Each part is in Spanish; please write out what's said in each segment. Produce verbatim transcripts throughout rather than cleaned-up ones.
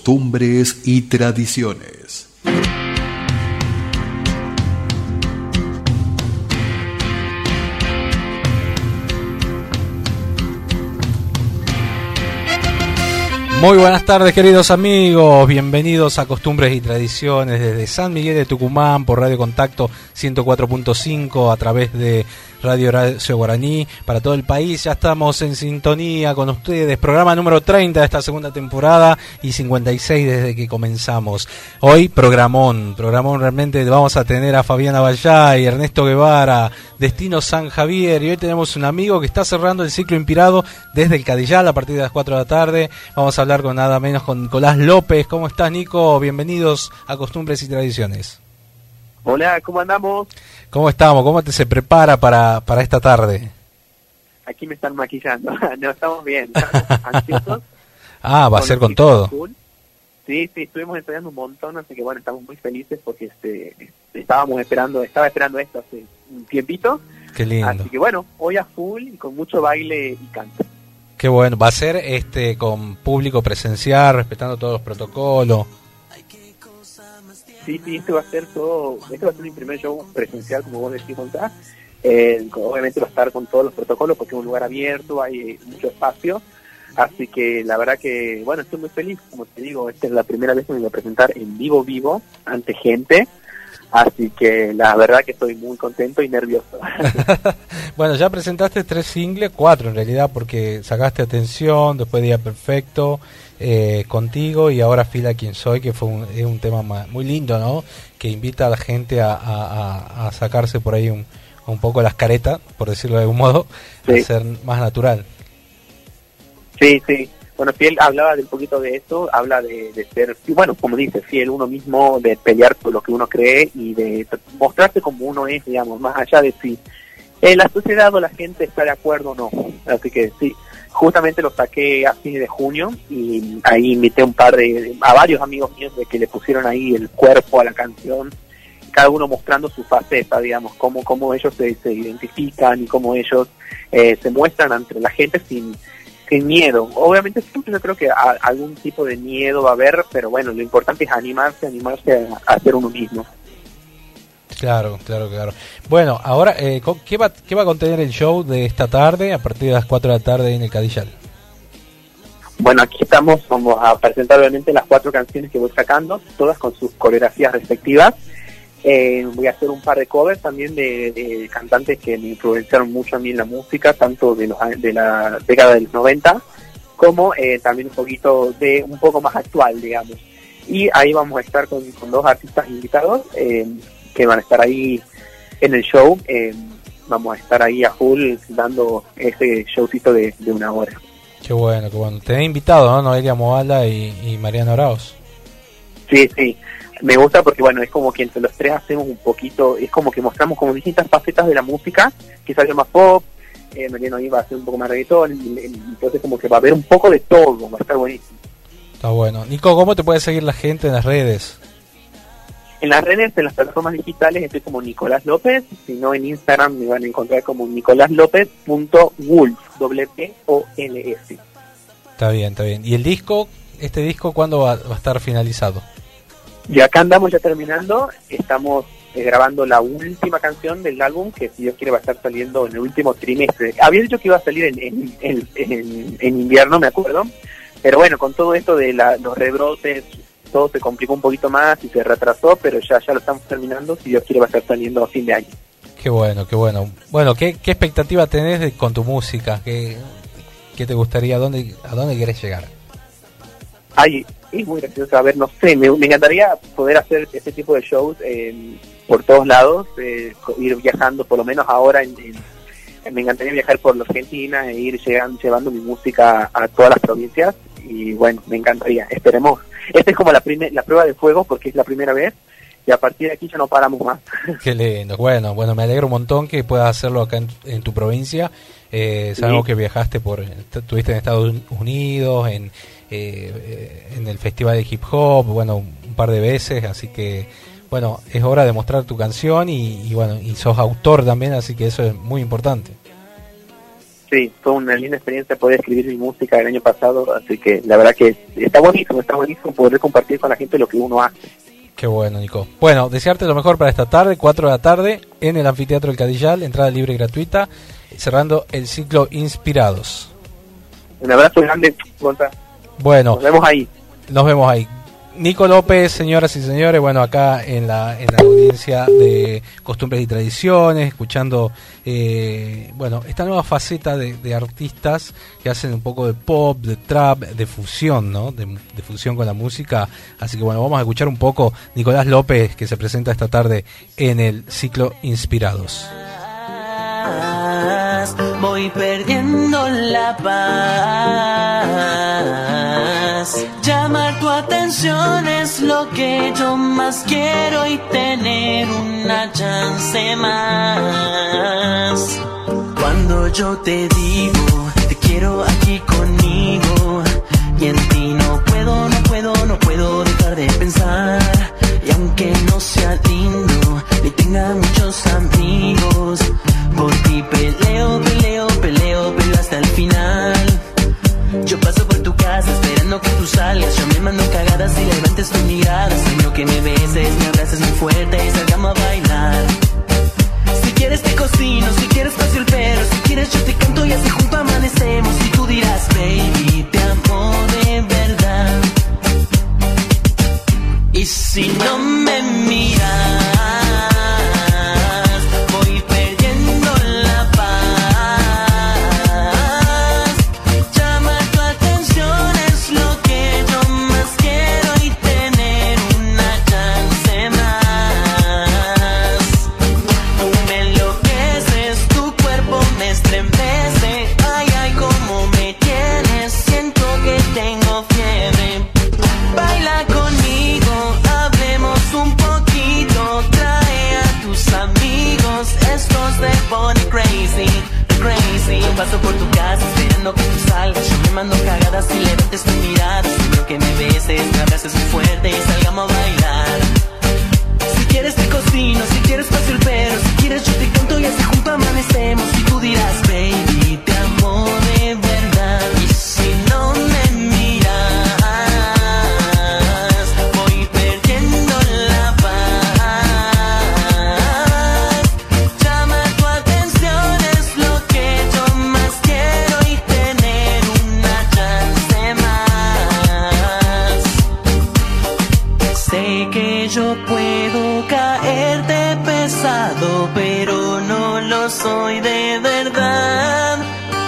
Costumbres y tradiciones. Muy buenas tardes, queridos amigos, bienvenidos a Costumbres y Tradiciones desde San Miguel de Tucumán por Radio Contacto ciento cuatro punto cinco a través de Radio Horacio Guaraní para todo el país. Ya estamos en sintonía con ustedes, programa número treinta de esta segunda temporada y cincuenta y seis desde que comenzamos. Hoy programón, programón realmente. Vamos a tener a Fabiana Vallá y Ernesto Guevara, Destino San Javier, y hoy tenemos un amigo que está cerrando el ciclo inspirado desde el Cadillal a partir de las cuatro de la tarde. Vamos a hablar con nada menos con Nicolás López. ¿Cómo estás, Nico? Bienvenidos a Costumbres y Tradiciones. Hola, ¿cómo andamos? ¿Cómo estamos? ¿Cómo te se prepara para, para esta tarde? Aquí me están maquillando. No, estamos bien. Estamos ansiosos. Ah, va a ser con todo. Sí, sí, estuvimos ensayando un montón, así que bueno, estamos muy felices porque este estábamos esperando, estaba esperando esto hace un tiempito. Qué lindo. Así que bueno, hoy a full y con mucho baile y canto. Qué bueno. Va a ser este con público presencial, respetando todos los protocolos. Sí, sí, este va a ser todo, este va a ser mi primer show presencial, como vos decís, Gonzalo. Eh, obviamente va a estar con todos los protocolos porque es un lugar abierto, hay mucho espacio. Así que la verdad que, bueno, estoy muy feliz, como te digo, esta es la primera vez que me voy a presentar en vivo, vivo, ante gente. Así que la verdad que estoy muy contento y nervioso. Bueno, ya presentaste tres singles, cuatro en realidad, porque sacaste Atención, después Día Perfecto, eh, Contigo y ahora Fila Quien Soy, que fue un, es un tema más, muy lindo, ¿no? Que invita a la gente a, a, a sacarse por ahí un, un poco las caretas, por decirlo de algún modo, sí. A ser más natural. Sí, sí. Bueno, Fiel hablaba de un poquito de eso, habla de, de ser, bueno, como dice, fiel uno mismo, de pelear por lo que uno cree y de mostrarse como uno es, digamos, más allá de si eh, la sociedad o la gente está de acuerdo o no. Así que sí, justamente lo saqué a fines de junio y ahí invité un par de, a varios amigos míos de que le pusieron ahí el cuerpo a la canción, cada uno mostrando su faceta, digamos, cómo, cómo ellos se, se identifican y cómo ellos eh, se muestran ante la gente sin... sin miedo. Obviamente siempre yo creo que a, algún tipo de miedo va a haber, pero bueno, lo importante es animarse, animarse a, a ser uno mismo. Claro, claro, claro. Bueno, ahora, eh, ¿qué va, qué va a contener el show de esta tarde, a partir de las cuatro de la tarde en el Cadillal? Bueno, aquí estamos, vamos a presentar obviamente las cuatro canciones que voy sacando, todas con sus coreografías respectivas. Eh, voy a hacer un par de covers también de, de cantantes que me influenciaron mucho a mí en la música, tanto de, los, de la década de los noventa, como eh, también un poquito de un poco más actual, digamos. Y ahí vamos a estar con, con dos artistas invitados eh, que van a estar ahí en el show. Eh, vamos a estar ahí a full dando ese showcito de, de una hora. Qué bueno, qué bueno. Tenés invitados, ¿no? Noelia Moala y, y Mariana Arauz. Sí, sí. Me gusta porque, bueno, es como que entre los tres hacemos un poquito, es como que mostramos como distintas facetas de la música, quizás yo más pop, eh, Mariano iba a hacer un poco más reggaetón, y, y, entonces como que va a haber un poco de todo, va a estar buenísimo. Está bueno. Nico, ¿cómo te puede seguir la gente en las redes? En las redes, en las plataformas digitales, estoy como Nicolás López, si no en Instagram me van a encontrar como nicoláslopez punto wolf, W P O L S. Está bien, está bien. ¿Y el disco, este disco, cuándo va, va a estar finalizado? Y acá andamos ya terminando, estamos eh, grabando la última canción del álbum, que si Dios quiere va a estar saliendo en el último trimestre. Había dicho que iba a salir en, en, en, en, en invierno, me acuerdo, pero bueno, con todo esto de la, los rebrotes, todo se complicó un poquito más y se retrasó, pero ya ya lo estamos terminando, si Dios quiere va a estar saliendo a fin de año. Qué bueno, qué bueno. Bueno, ¿qué, qué expectativa tenés de, con tu música? ¿Qué, qué te gustaría, a dónde, a dónde querés llegar? Ay, es muy gracioso, a ver, no sé, me, me encantaría poder hacer este tipo de shows eh, por todos lados, eh, ir viajando, por lo menos ahora, en, en, me encantaría viajar por la Argentina e ir llegando, llevando mi música a todas las provincias, y bueno, me encantaría, esperemos. Esta es como la, primer, la prueba de fuego, porque es la primera vez, y a partir de aquí ya no paramos más. Qué lindo, bueno, bueno, me alegro un montón que puedas hacerlo acá en, en tu provincia. Eh, sabemos sí. que viajaste por, estuviste en Estados Unidos, en eh, en el festival de hip hop, bueno, un par de veces, así que bueno, es hora de mostrar tu canción y, y bueno, y sos autor también, así que eso es muy importante. Sí, fue una linda experiencia poder escribir mi música el año pasado, así que la verdad que está buenísimo, está buenísimo poder compartir con la gente lo que uno hace. Qué bueno, Nico. Bueno, desearte lo mejor para esta tarde, cuatro de la tarde, en el Anfiteatro del Cadillal, entrada libre y gratuita, cerrando el ciclo Inspirados. Un abrazo grande, Gonzalo. Bueno, nos vemos ahí. Nos vemos ahí. Nico López, señoras y señores, bueno, acá en la en la audiencia de Costumbres y Tradiciones, escuchando, eh, bueno, esta nueva faceta de, de artistas que hacen un poco de pop, de trap, de fusión, ¿no? De, de fusión con la música. Así que bueno, vamos a escuchar un poco Nicolás López, que se presenta esta tarde en el ciclo Inspirados. Voy perdiendo la paz. Llamar tu atención es lo que yo más quiero y tener una chance más. Cuando yo te digo, te quiero aquí conmigo, y en ti no puedo, no puedo, no puedo dejar de pensar. Y aunque no sea lindo, ni tenga muchos amigos, por ti peleo, peleo, peleo, peleo hasta el final. Yo paso por tu casa esperando que tú salgas. Yo me mando cagadas y levantes tu mirada. Sueño que me beses, me abraces muy fuerte y salgamos a bailar. Si quieres te cocino, si quieres paso el perro, si quieres yo te canto y así junto amanecemos. Y tú dirás, baby, te amo de verdad. Y si no me miras, paso por tu casa esperando que tú salgas. Yo me mando cagadas y levantes tu mirada. Espero que me beses, me abraces muy fuerte y salgamos a bailar. Si quieres te cocino, si quieres paso el perro, si quieres yo te canto y así junto amanecemos. Y tú dirás, baby, te amo de verdad. Y si no me miras, voy perdiendo la paz. Llama tu atención, es lo que yo más quiero y tener una chance más. Sé que yo puedo caerte pesado, pero no lo soy de verdad.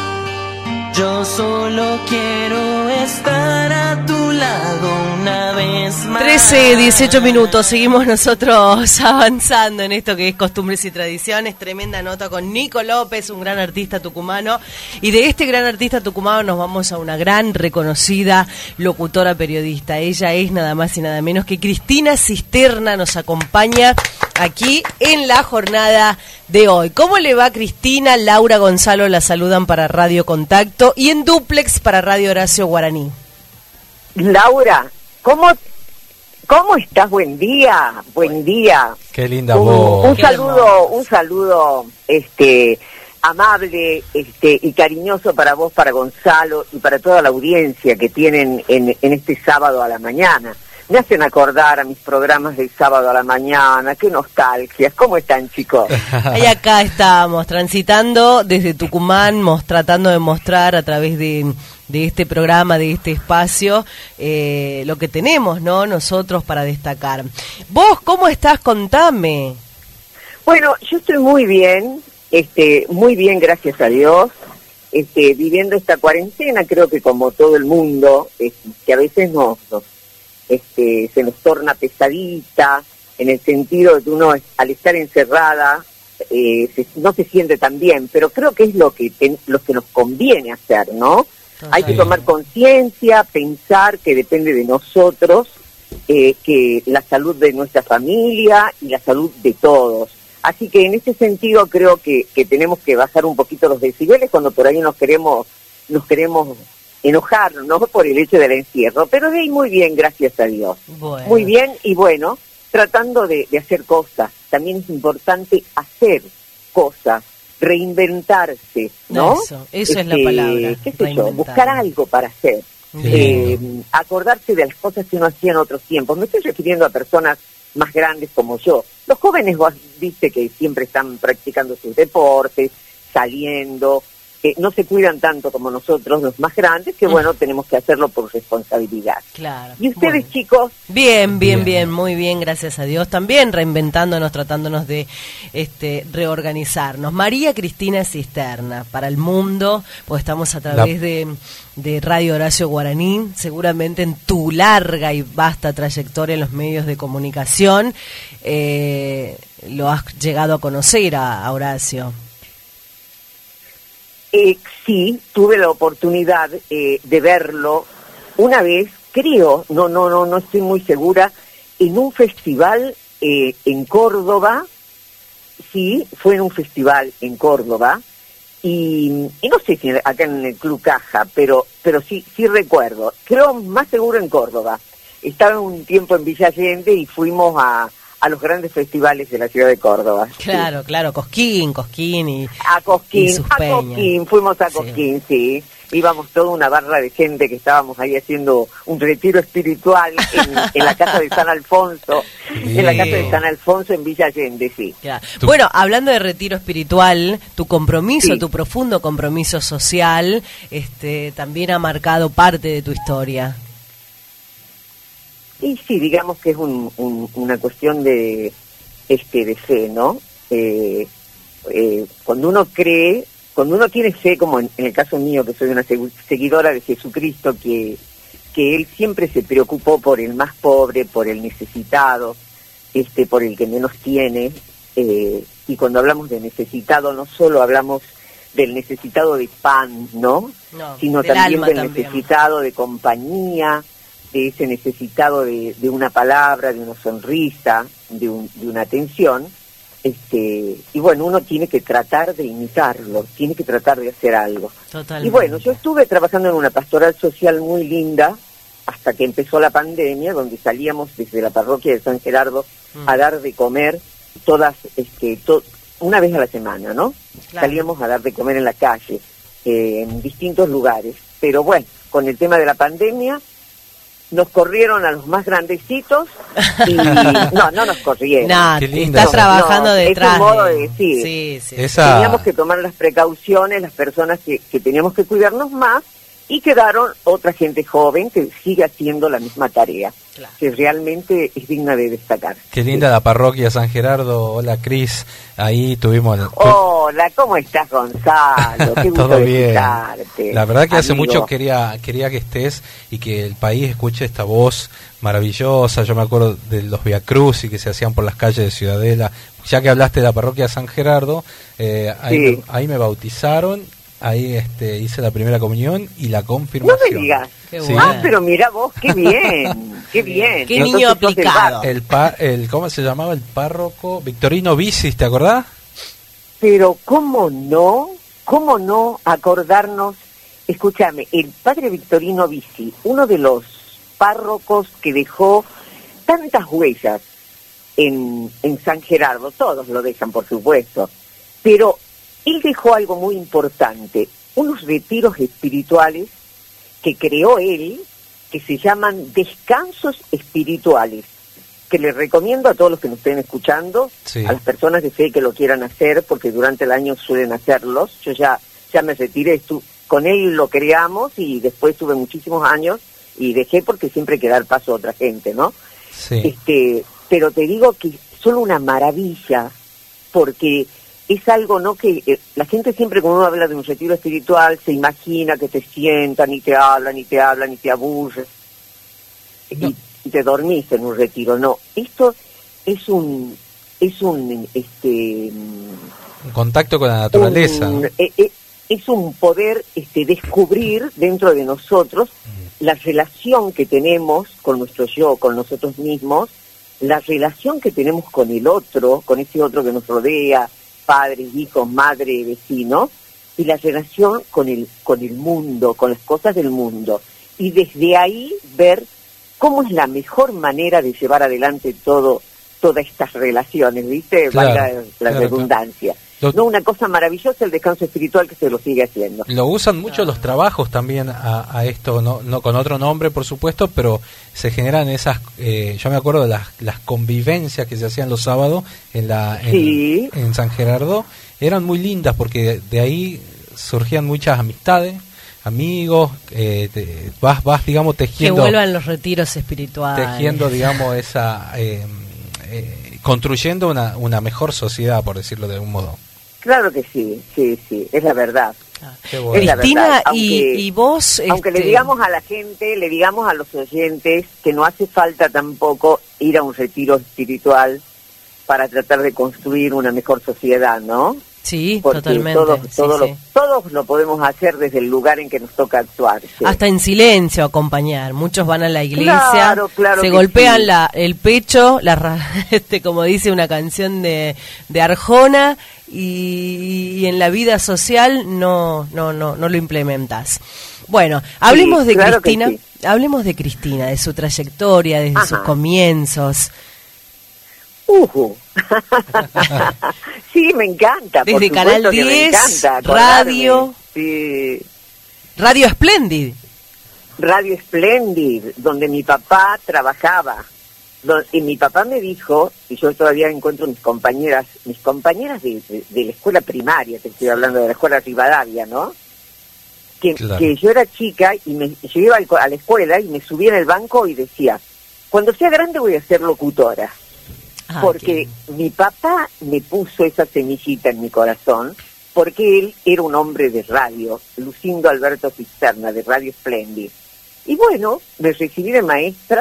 Yo solo quiero estar a tu lado una vez más. trece, dieciocho minutos, seguimos nosotros avanzando en esto que es Costumbres y Tradiciones. Tremenda nota con Nico López, un gran artista tucumano. Y de este gran artista tucumano nos vamos a una gran reconocida locutora periodista. Ella es nada más y nada menos que Cristina Cisterna, nos acompaña aquí en la jornada de hoy. ¿Cómo le va, Cristina? Laura Gonzalo la saludan para Radio Contacto y en dúplex para Radio Horacio Guaraní. Laura, ¿cómo, cómo estás? Buen día, buen día. Qué linda un, voz. Un saludo, un saludo este amable este y cariñoso para vos, para Gonzalo y para toda la audiencia que tienen en, en este sábado a la mañana. Me hacen acordar a mis programas del sábado a la mañana, qué nostalgias. ¿Cómo están, chicos? Ahí acá estamos, transitando desde Tucumán, mos, tratando de mostrar a través de, de este programa, de este espacio, eh, lo que tenemos, ¿no? Nosotros para destacar. ¿Vos cómo estás? Contame. Bueno, yo estoy muy bien, este, muy bien, gracias a Dios. Este, viviendo esta cuarentena, creo que como todo el mundo, es, que a veces nos... nos Este, se nos torna pesadita, en el sentido de que uno al estar encerrada eh, se, no se siente tan bien, pero creo que es lo que ten, lo que nos conviene hacer, ¿no? Ajá. Hay que tomar conciencia, pensar que depende de nosotros, eh, que la salud de nuestra familia y la salud de todos. Así que en ese sentido creo que, que tenemos que bajar un poquito los decibeles cuando por ahí nos queremos, nos queremos enojar, no por el hecho del encierro, pero de ahí muy bien, gracias a Dios. Bueno. Muy bien, y bueno, tratando de, de hacer cosas. También es importante hacer cosas, reinventarse, ¿no? Eso, eso es la palabra, qué sé yo, buscar algo para hacer, eh, acordarse de las cosas que uno hacía en otros tiempos. Me estoy refiriendo a personas más grandes como yo. Los jóvenes, vos viste que siempre están practicando sus deportes, saliendo, eh, no se cuidan tanto como nosotros, los más grandes, que bueno, tenemos que hacerlo por responsabilidad. Claro. ¿Y ustedes, bueno. chicos? Bien, bien, bien, Bien. muy bien, gracias a Dios. También reinventándonos, tratándonos de este reorganizarnos. María Cristina Cisterna, para el mundo, pues estamos a través La... de, de Radio Horacio Guaraní, seguramente en tu larga y vasta trayectoria en los medios de comunicación, eh, lo has llegado a conocer a, a Horacio. Eh, sí, tuve la oportunidad eh, de verlo una vez, creo, no, no, no, no estoy muy segura, en un festival eh, en Córdoba. Sí, fue en un festival en Córdoba y, y no sé si acá en el Club Caja, pero, pero sí, sí recuerdo. Creo más seguro en Córdoba. Estaba un tiempo en Villa Allende y fuimos a a los grandes festivales de la ciudad de Córdoba. Claro, sí. claro, Cosquín, Cosquín y a Cosquín, y sus a peñas. Cosquín, fuimos a Cosquín, sí. sí. Íbamos toda una barra de gente que estábamos ahí haciendo un retiro espiritual en, en la casa de San Alfonso, Bien. en la casa de San Alfonso en Villa Allende, sí. Claro. Bueno, hablando de retiro espiritual, tu compromiso, Sí. tu profundo compromiso social, este, también ha marcado parte de tu historia. Y sí, digamos que es un, un, una cuestión de este de fe, ¿no? Eh, eh, cuando uno cree, cuando uno tiene fe, como en, en el caso mío, que soy una segu- seguidora de Jesucristo, que, que Él siempre se preocupó por el más pobre, por el necesitado, este, por el que menos tiene, eh, y cuando hablamos de necesitado, no solo hablamos del necesitado de pan, ¿no? No, Sino del también alma del también. necesitado de compañía, de ese necesitado de, de una palabra, de una sonrisa, de, un, de una atención, este, y bueno, uno tiene que tratar de imitarlo, tiene que tratar de hacer algo. Totalmente. Y bueno, yo estuve trabajando en una pastoral social muy linda hasta que empezó la pandemia, donde salíamos desde la parroquia de San Gerardo Mm. a dar de comer todas, este, to, una vez a la semana, ¿no? Claro. Salíamos a dar de comer en la calle, eh, en distintos lugares. Pero bueno, con el tema de la pandemia, nos corrieron a los más grandecitos y no, no nos corrieron. Nah, Qué linda estás esa- trabajando no, detrás. es un modo de- de decir. Sí, sí. Esa- Teníamos que tomar las precauciones, las personas que, que teníamos que cuidarnos más, y quedaron otra gente joven que sigue haciendo la misma tarea, Claro. que realmente es digna de destacar. Qué linda la parroquia San Gerardo. Hola, Cris. Ahí tuvimos... el- Hola, ¿cómo estás, Gonzalo? Qué gusto Todo de bien. escucharte, La verdad que hace amigo. mucho quería quería que estés y que el país escuche esta voz maravillosa. Yo me acuerdo de los viacrucis que se hacían por las calles de Ciudadela. Ya que hablaste de la parroquia San Gerardo, eh, ahí, Sí. me, ahí me bautizaron, ahí este, hice la primera comunión y la No confirmación. me digas. Qué Sí. bueno. Ah, pero mira vos, qué bien, qué bien. Qué Entonces niño sos del aplicado. barrio. El, pa, el ¿Cómo se llamaba el párroco? Victorino Vicis, ¿te acordás? Pero cómo no, cómo no acordarnos, escúchame, el padre Victorino Vici, uno de los párrocos que dejó tantas huellas en, en San Gerardo, todos lo dejan por supuesto, pero él dejó algo muy importante, unos retiros espirituales que creó él, que se llaman descansos espirituales, que les recomiendo a todos los que nos estén escuchando, Sí. a las personas de fe que lo quieran hacer, porque durante el año suelen hacerlos. Yo ya ya me retiré, estu- con él lo creamos y después tuve muchísimos años y dejé porque siempre hay que dar paso a otra gente, ¿no? Sí. Este, pero te digo que son una maravilla, porque es algo, ¿no? Que eh, la gente siempre cuando uno habla de un retiro espiritual se imagina que te sientan y te hablan y te hablan y te aburren No. y, y te dormís en un retiro. No, esto es un es un este Un contacto con la naturaleza. un- eh, eh, es un poder este descubrir dentro de nosotros la relación que tenemos con nuestro yo, con nosotros mismos, la relación que tenemos con el otro, con ese otro que nos rodea, padres, hijos, madre, vecinos, y la relación con el, con el mundo, con las cosas del mundo. Y desde ahí ver cómo es la mejor manera de llevar adelante todo, todas estas relaciones, ¿viste? Claro, Valga la claro, redundancia. Lo, no, una cosa maravillosa el descanso espiritual que se lo sigue haciendo. Lo usan mucho los trabajos también a, a esto, no, no con otro nombre por supuesto, pero se generan esas, eh, yo me acuerdo de las, las convivencias que se hacían los sábados en la en, Sí. en San Gerardo, eran muy lindas porque de ahí surgían muchas amistades, amigos, eh, te, vas vas digamos Que tejiendo vuelvan los retiros espirituales. tejiendo digamos esa eh, eh, construyendo una una mejor sociedad, por decirlo de algún modo. Claro que sí, sí, sí, es la verdad. Qué bueno. Es la Cristina, verdad, y, aunque- y vos... Aunque este, le digamos a la gente, le digamos a los oyentes que no hace falta tampoco ir a un retiro espiritual para tratar de construir una mejor sociedad, ¿no? Sí, Porque totalmente. todos, sí, todos, sí. Lo, todos lo podemos hacer desde el lugar en que nos toca actuar. sí. Hasta en silencio acompañar. Muchos van a la iglesia, Claro, claro se que golpean sí. la, el pecho, la, ra- este, como dice una canción de, de Arjona, y, y en la vida social no, no, no, no lo implementas. Bueno, hablemos de claro que Cristina, sí. hablemos de Cristina, de su trayectoria, desde Ajá. sus comienzos. Ujú. Sí, me encanta. por Desde supuesto Canal que me diez, encanta acordarme. radio. Sí. Radio Splendid. Radio Splendid, donde mi papá trabajaba. Do- Y mi papá me dijo, y yo todavía encuentro mis compañeras, mis compañeras de, de- de la escuela primaria, te estoy hablando de la escuela Rivadavia, ¿no? Que, Claro. que yo era chica y me, yo iba al co- a la escuela y me subía en el banco y decía, cuando sea grande voy a ser locutora. Ah, Porque mi papá me puso esa semillita en mi corazón, porque él era un hombre de radio, Lucindo Alberto Cisterna, de Radio Splendid. Y bueno, me recibí de maestra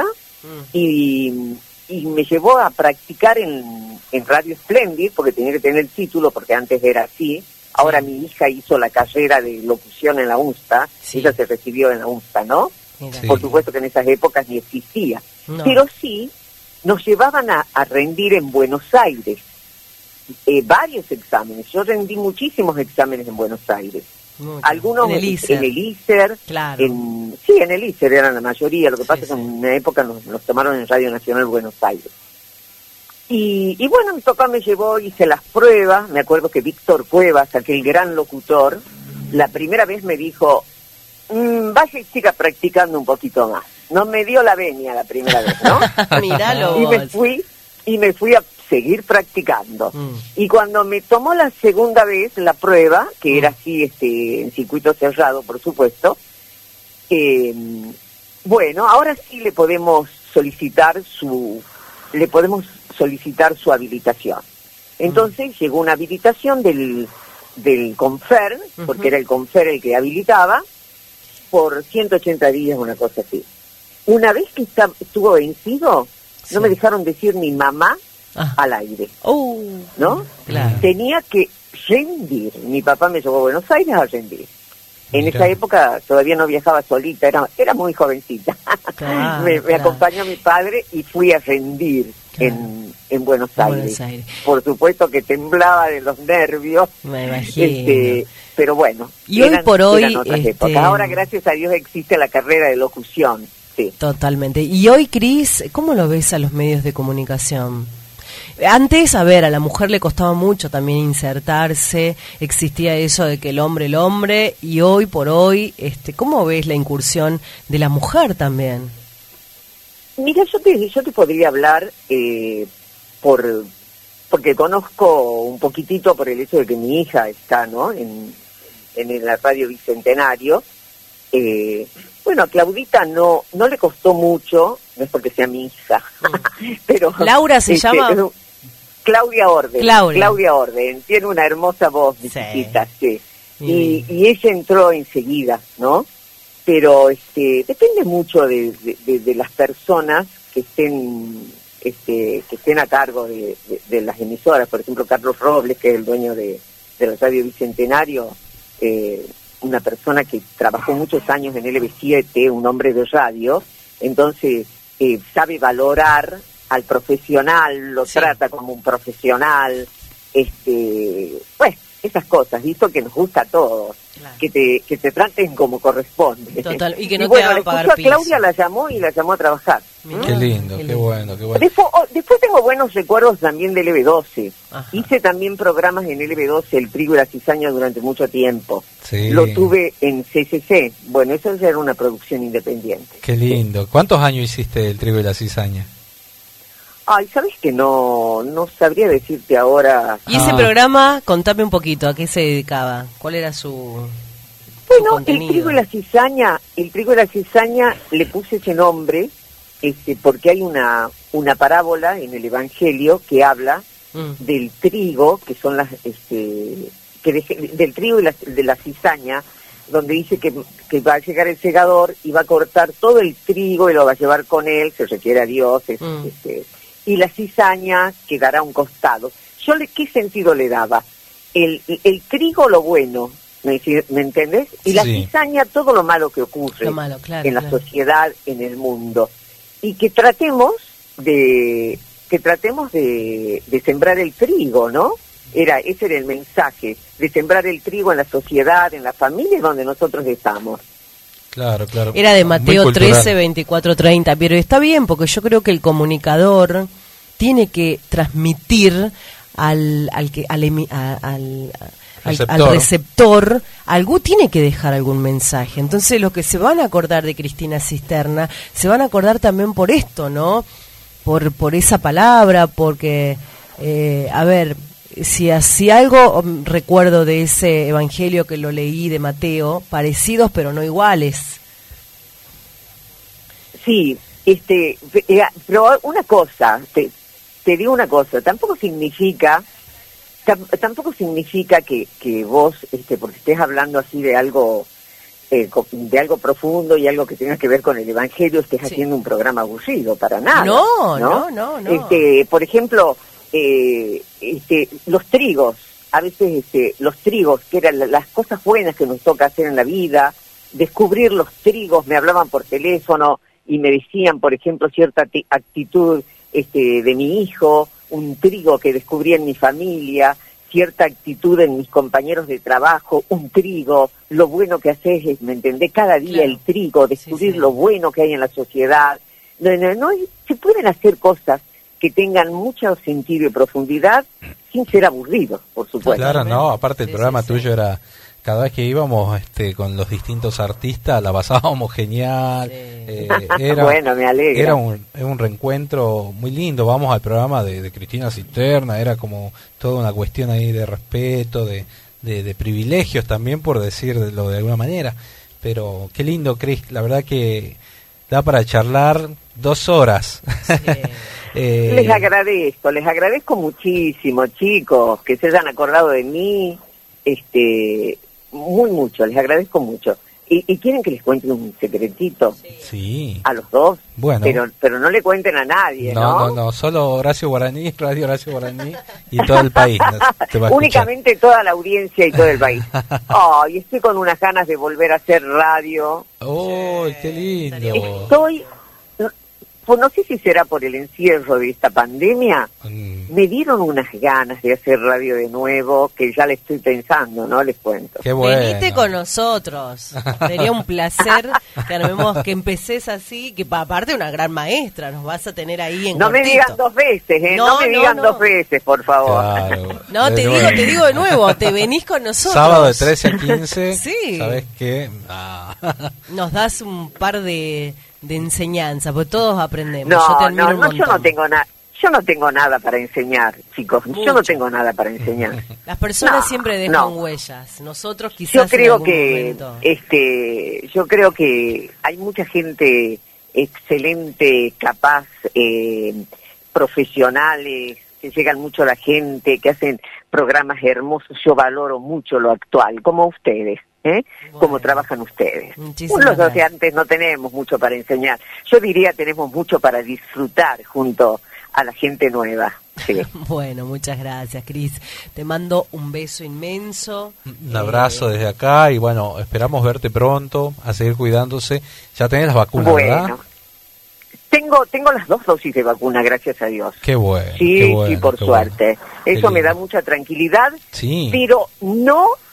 y, y me llevó a practicar en, en Radio Splendid, porque tenía que tener el título, porque antes era así. Ahora mi hija hizo la carrera de locución en la UNSTA, Sí. ella se recibió en la UNSTA, ¿no? Mira. Sí. Por supuesto que en esas épocas ni existía. No. Pero sí, nos llevaban a, a rendir en Buenos Aires eh, varios exámenes. Yo rendí muchísimos exámenes en Buenos Aires. Mucho. Algunos En el ISER. en el ISER, Claro. en, sí, en el ISER eran la mayoría. Lo que Sí, pasa es sí. que en una época nos, nos tomaron en Radio Nacional Buenos Aires. Y, y bueno, mi papá me llevó, hice las pruebas. Me acuerdo que Víctor Cuevas, aquel gran locutor, la primera vez me dijo, "Mm, vaya y siga practicando un poquito más". No me dio la venia la primera vez, ¿no? Míralo y me vos. fui y me fui a seguir practicando. Mm. Y cuando me tomó la segunda vez la prueba, que Mm. era así, este, en circuito cerrado, por supuesto, eh, bueno, ahora sí le podemos solicitar su, le podemos solicitar su habilitación. Entonces Mm. llegó una habilitación del, del Confer, porque Ujú. era el Confer el que habilitaba, por ciento ochenta días, una cosa así. Una vez que está, estuvo vencido, Sí. no me dejaron decir ni mamá Ah. al aire, Uh, ¿no? claro. Tenía que rendir. Mi papá me llevó a Buenos Aires a rendir. En Mira. esa época todavía no viajaba solita, era, era muy jovencita. Claro, me, me claro. acompañó mi padre y fui a rendir Claro. en, en Buenos En Aires. Buenos Aires. Por supuesto que temblaba de los nervios. Me imagino. Este, pero bueno, Y hoy por hoy, eran otras este, épocas. Ahora, gracias a Dios, existe la carrera de locución. Sí. Totalmente. Y hoy, Cris, ¿cómo lo ves a los medios de comunicación? Antes, a ver, a la mujer le costaba mucho también insertarse, existía eso de que el hombre, el hombre, y hoy por hoy, este, ¿cómo ves la incursión de la mujer también? Mira, yo te, yo te podría hablar eh, por porque conozco un poquitito por el hecho de que mi hija está, ¿no? En, en la radio Bicentenario. Eh, bueno, a Claudita no no le costó mucho, no es porque sea mi hija, pero ¿Laura se llama? eh, Claudia Orden. Claudia. Orden. Tiene una hermosa voz, mi Sí. chiquita, sí. Mi Y, vida. y ella entró enseguida, ¿no? Pero este depende mucho de, de, de- de las personas que estén este que estén a cargo de, de- de las emisoras. Por ejemplo, Carlos Robles, que es el dueño de, de la radio Bicentenario, eh, una persona que trabajó muchos años en L B siete, un hombre de radio, entonces eh, sabe valorar al profesional, lo Sí. trata como un profesional, este, pues esas cosas, visto que nos gusta a todos. Claro. que te que te traten como corresponde. Total, y que no y te bueno, hagan pagar a piso. Claudia la llamó y la llamó a trabajar. Mirá. Qué lindo, Qué qué lindo. bueno, qué bueno. Después, oh, después tengo buenos recuerdos también del L B doce. Ajá. Hice también programas en L B doce, El Trigo y la Cizaña, durante mucho tiempo. Sí. Lo tuve en C C C. Bueno, eso ya era una producción independiente. Qué lindo. ¿Cuántos años hiciste El Trigo y la Cizaña? Ay, ¿sabes que no no sabría decirte ahora? Y ese Ah. programa, contame un poquito, ¿a qué se dedicaba? ¿Cuál era su, su Bueno, El contenido? Trigo y la Cizaña, El Trigo y la Cizaña le puse ese nombre este, porque hay una, una parábola en el Evangelio que habla Mm. del trigo, que son las, este, que de- del trigo y la, de la cizaña, donde dice que, que va a llegar el segador y va a cortar todo el trigo y lo va a llevar con él, se refiere a Dios, es- Mm. este, y la cizaña quedará a un costado. Yo le, ¿qué sentido le daba? El, el trigo lo bueno, ¿me, me entendés? Y la Sí. cizaña todo lo malo que ocurre Lo malo, claro, en la claro. sociedad, en el mundo. Y que tratemos de que tratemos de, de sembrar el trigo, ¿no? Era ese era el mensaje, de sembrar el trigo en la sociedad, en la familia donde nosotros estamos. Claro, claro. Era de Muy Mateo cultural. trece, veinticuatro, treinta, pero está bien porque yo creo que el comunicador tiene que transmitir al al que al, emi- a- al, al- Receptor. al receptor, algo tiene que dejar algún mensaje. Entonces los que se van a acordar de Cristina Cisterna se van a acordar también por esto, ¿no? Por por esa palabra, porque eh, a ver, si así algo um, recuerdo de ese evangelio que lo leí de Mateo, parecidos pero no iguales. Sí, este, eh, pero una cosa, te, te digo una cosa, tampoco significa, tam- tampoco significa que, que vos, este, porque estés hablando así de algo, eh, co- de algo profundo y algo que tenga que ver con el Evangelio, estés Sí. haciendo un programa aburrido, para nada. No, no, no, no, no. Este, por ejemplo, eh, este, los trigos, a veces este, los trigos, que eran la- las cosas buenas que nos toca hacer en la vida, descubrir los trigos, me hablaban por teléfono y me decían, por ejemplo, cierta ti- actitud este, de mi hijo, un trigo que descubrí en mi familia, cierta actitud en mis compañeros de trabajo, un trigo, lo bueno que haces es, ¿me entendés? Cada día Claro. el trigo, descubrir Sí, sí. lo bueno que hay en la sociedad. No, no, no, hay- se pueden hacer cosas que tengan mucho sentido y profundidad sin ser aburridos, por supuesto. Claro, no, aparte el Sí, programa sí, sí. tuyo era, cada vez que íbamos este, con los distintos artistas, la pasábamos genial. Sí. eh, era, Bueno, me alegra. Era un, era un reencuentro muy lindo, vamos al programa de, de Cristina Cisterna, era como toda una cuestión ahí de respeto, de, de, de privilegios también, por decirlo de alguna manera. Pero qué lindo, Cris, la verdad que da para charlar dos horas. Eh, Les agradezco, les agradezco muchísimo, chicos, que se hayan acordado de mí, este, muy mucho, les agradezco mucho. ¿Y, y quieren que les cuente un secretito sí. a los dos? Bueno. Pero, pero no le cuenten a nadie, ¿no? No, no, no, solo Horacio Guaraní, Radio Horacio Guaraní y todo el país no, te va a escuchar. Únicamente toda la audiencia y todo el país. Ay, estoy con unas ganas de volver a hacer radio. ¡Oh, qué lindo! Estoy, no, pues no sé si será por el encierro de esta pandemia, Mm, me dieron unas ganas de hacer radio de nuevo, que ya le estoy pensando, ¿no? Les cuento. qué bueno. Venite con nosotros. Sería un placer que armemos, que empeces así, que pa- aparte una gran maestra, nos vas a tener ahí en No me cortito. digan dos veces, ¿eh? No, No, me no, digan no. dos veces, por favor. Claro. No, te De digo, nuevo. te digo de nuevo, te venís con nosotros. Sábado de trece a quince. Sí. ¿Sabes qué? Ah. Nos das un par de, de enseñanzas, porque todos aprendemos. No, yo te admiro no, un no, yo no montón. tengo nada. Yo no tengo nada para enseñar, chicos. Yo no Mucho. tengo nada para enseñar. Las personas No, siempre dejan no. huellas. Nosotros quizás Yo en creo algún que, momento. este, yo creo que hay mucha gente excelente, capaz, eh, profesionales, que llegan mucho a la gente, que hacen programas hermosos. Yo valoro mucho lo actual, como ustedes, ¿eh? Bueno. Como trabajan ustedes. Muchísimas Los gracias. docentes no tenemos mucho para enseñar. Yo diría tenemos mucho para disfrutar junto a la gente nueva. Sí. Bueno, muchas gracias, Cris. Te mando un beso inmenso. Un abrazo desde acá y bueno, esperamos verte pronto, a seguir cuidándose. Ya tenés las vacunas, ¿verdad? Bueno, tengo tengo las dos dosis de vacuna, gracias a Dios. Qué bueno. Sí, qué bueno, sí, por qué suerte. bueno. Qué Eso me da lindo. mucha tranquilidad, Sí. pero no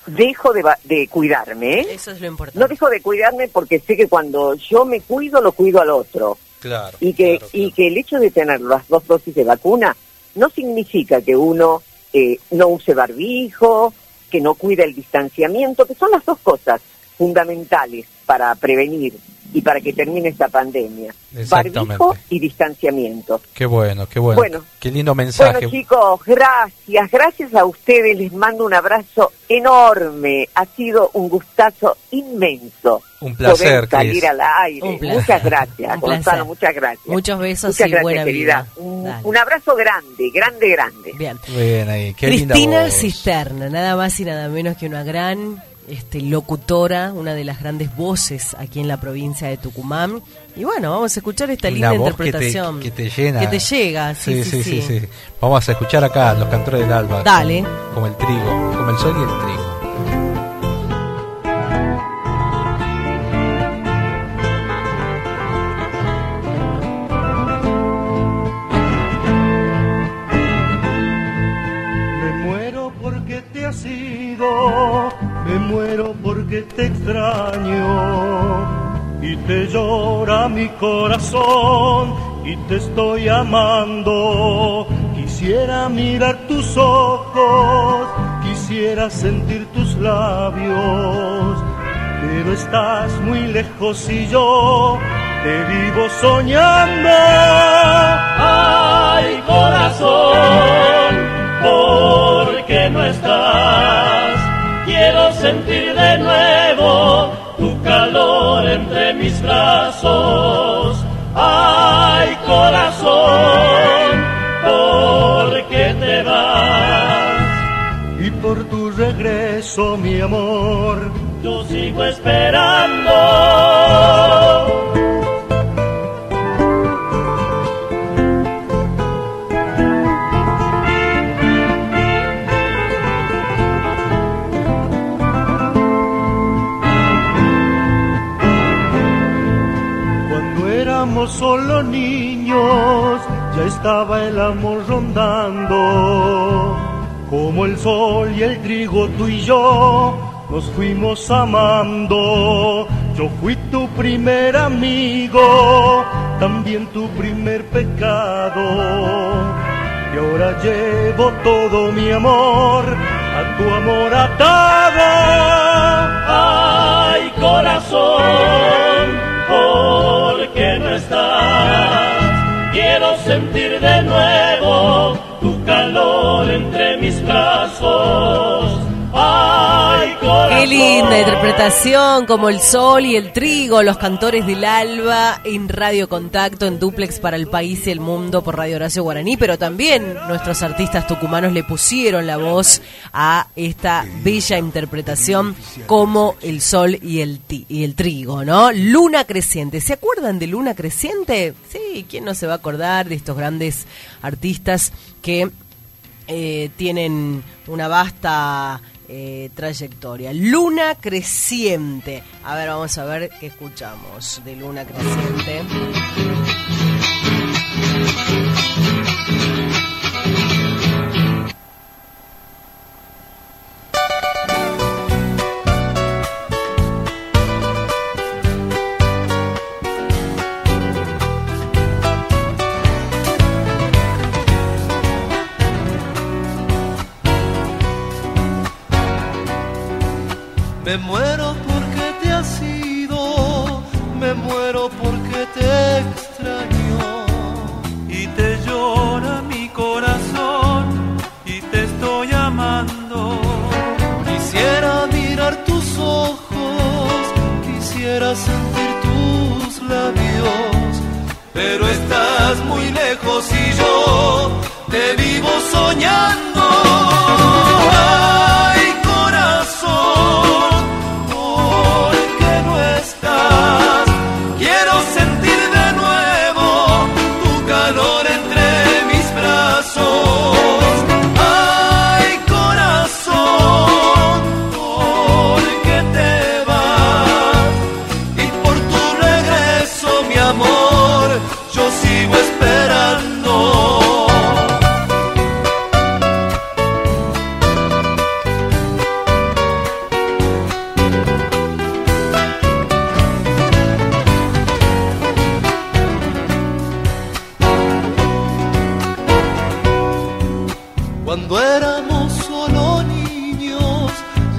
dejo de, de cuidarme. ¿eh? Eso es lo importante. No dejo de cuidarme porque sé que cuando yo me cuido, lo cuido al otro. Claro. Y que, claro, y claro. que el hecho de tener las dos dosis de vacuna no significa que uno eh, no use barbijo, que no cuide el distanciamiento, que son las dos cosas fundamentales para prevenir y para que termine esta pandemia. Barbijo y distanciamiento. Qué bueno, qué bueno. Bueno, qué lindo mensaje. Bueno, chicos, gracias. Gracias a ustedes. Les mando un abrazo enorme. Ha sido un gustazo inmenso. Un placer, poder salir Cris. al aire. Un placer. Muchas gracias, Un Gonzalo. placer. Muchas gracias. Muchos besos Muchas y gracias, buena querida. vida. Un, Dale. un abrazo grande, grande, grande. Bien. Bien ahí, qué linda Cristina voz. Cisterna, nada más y nada menos que una gran este, locutora, una de las grandes voces aquí en la provincia de Tucumán. Y bueno, vamos a escuchar esta Una linda voz interpretación. que te, que te llena. Que te llega, sí, Sí, sí, sí, sí, sí. Vamos a escuchar acá los cantores del alba. Dale. Como, como el trigo, como el sol y el trigo. Me muero porque te extraño y te llora mi corazón y te estoy amando. Quisiera mirar tus ojos, quisiera sentir tus labios, pero estás muy lejos y yo te vivo soñando. Ay, corazón, ¿por qué no estás? Quiero sentir de nuevo tu calor entre mis brazos. Ay, corazón, ¿por qué te vas? Y por tu regreso, mi amor, yo sigo esperando. Solo niños, ya estaba el amor rondando. Como el sol y el trigo, tú y yo nos fuimos amando. Yo fui tu primer amigo, también tu primer pecado. Y ahora llevo todo mi amor a tu amor atado. Ay, corazón, ¿por qué no estás? Quiero sentir de nuevo tu calor entre mis brazos. Ay, corazón. Qué linda interpretación, como el sol y el trigo, los cantores del alba en Radio Contacto, en dúplex para el país y el mundo por Radio Horacio Guaraní, pero también nuestros artistas tucumanos le pusieron la voz a esta bella interpretación como el sol y el, ti- y el trigo, ¿no? Luna Creciente, ¿se acuerdan de Luna Creciente? Sí, ¿quién no se va a acordar de estos grandes artistas que eh, tienen una vasta Eh, trayectoria? Luna Creciente. A ver, vamos a ver qué escuchamos de Luna Creciente. Me muero porque te has ido, me muero porque te extraño y te llora mi corazón y te estoy amando. Quisiera mirar tus ojos, quisiera sentir tus labios, pero estás muy lejos y yo te vivo soñando. Ay, corazón, yo sigo esperando.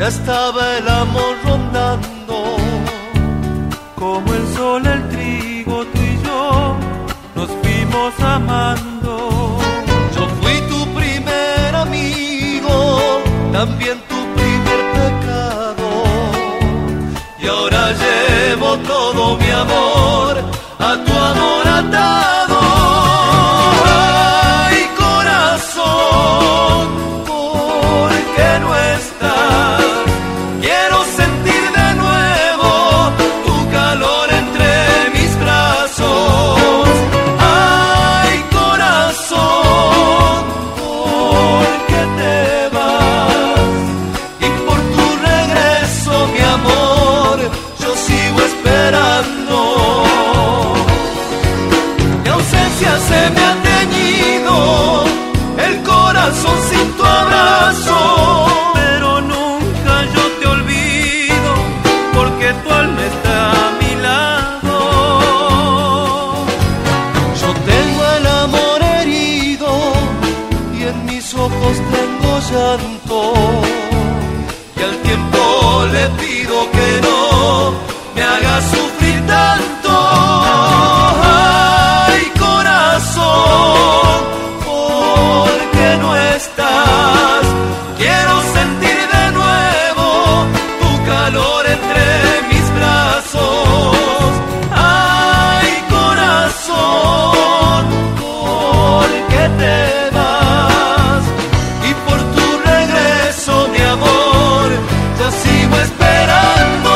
ya estaba el amor rondando. Como el sol, el trigo, tú y yo nos fuimos amando. Yo fui tu primer amigo, también tu primer pecado. Y ahora llevo todo mi amor a tu amor atado. Ay, corazón, ¿por qué no estás? Quiero sentir de nuevo tu calor entre mis brazos. Ay, corazón, ¿por qué te vas? Y por tu regreso, mi amor, yo sigo esperando. Mi ausencia se me ha teñido el corazón sin tu abrazo, pero nunca yo te olvido, porque tu alma está a mi lado. Yo tengo el amor herido y en mis ojos tengo llanto, y al tiempo le pido que no me haga sufrir tanto. Ay, corazón, ¿por qué no estás? Quiero sentir de nuevo tu calor entre mis brazos. Ay, corazón, ¿por qué te vas? Y por tu regreso, mi amor, yo sigo esperando.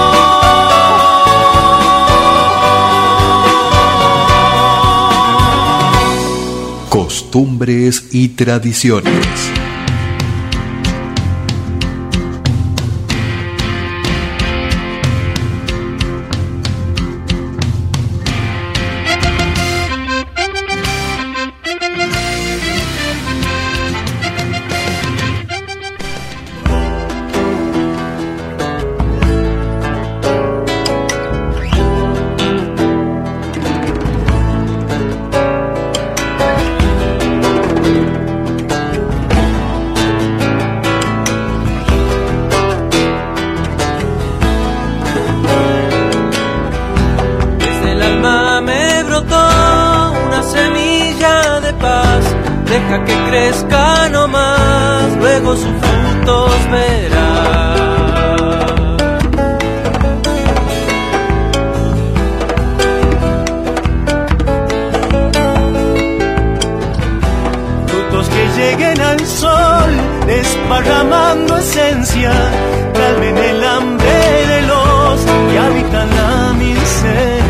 Costumbres y tradiciones. Desde el alma me brotó una semilla de paz. Deja que crezca nomás, luego sus frutos verás. Frutos que lleguen al sol, desparramando esencia, calmen el hambre de los que habitan la miseria.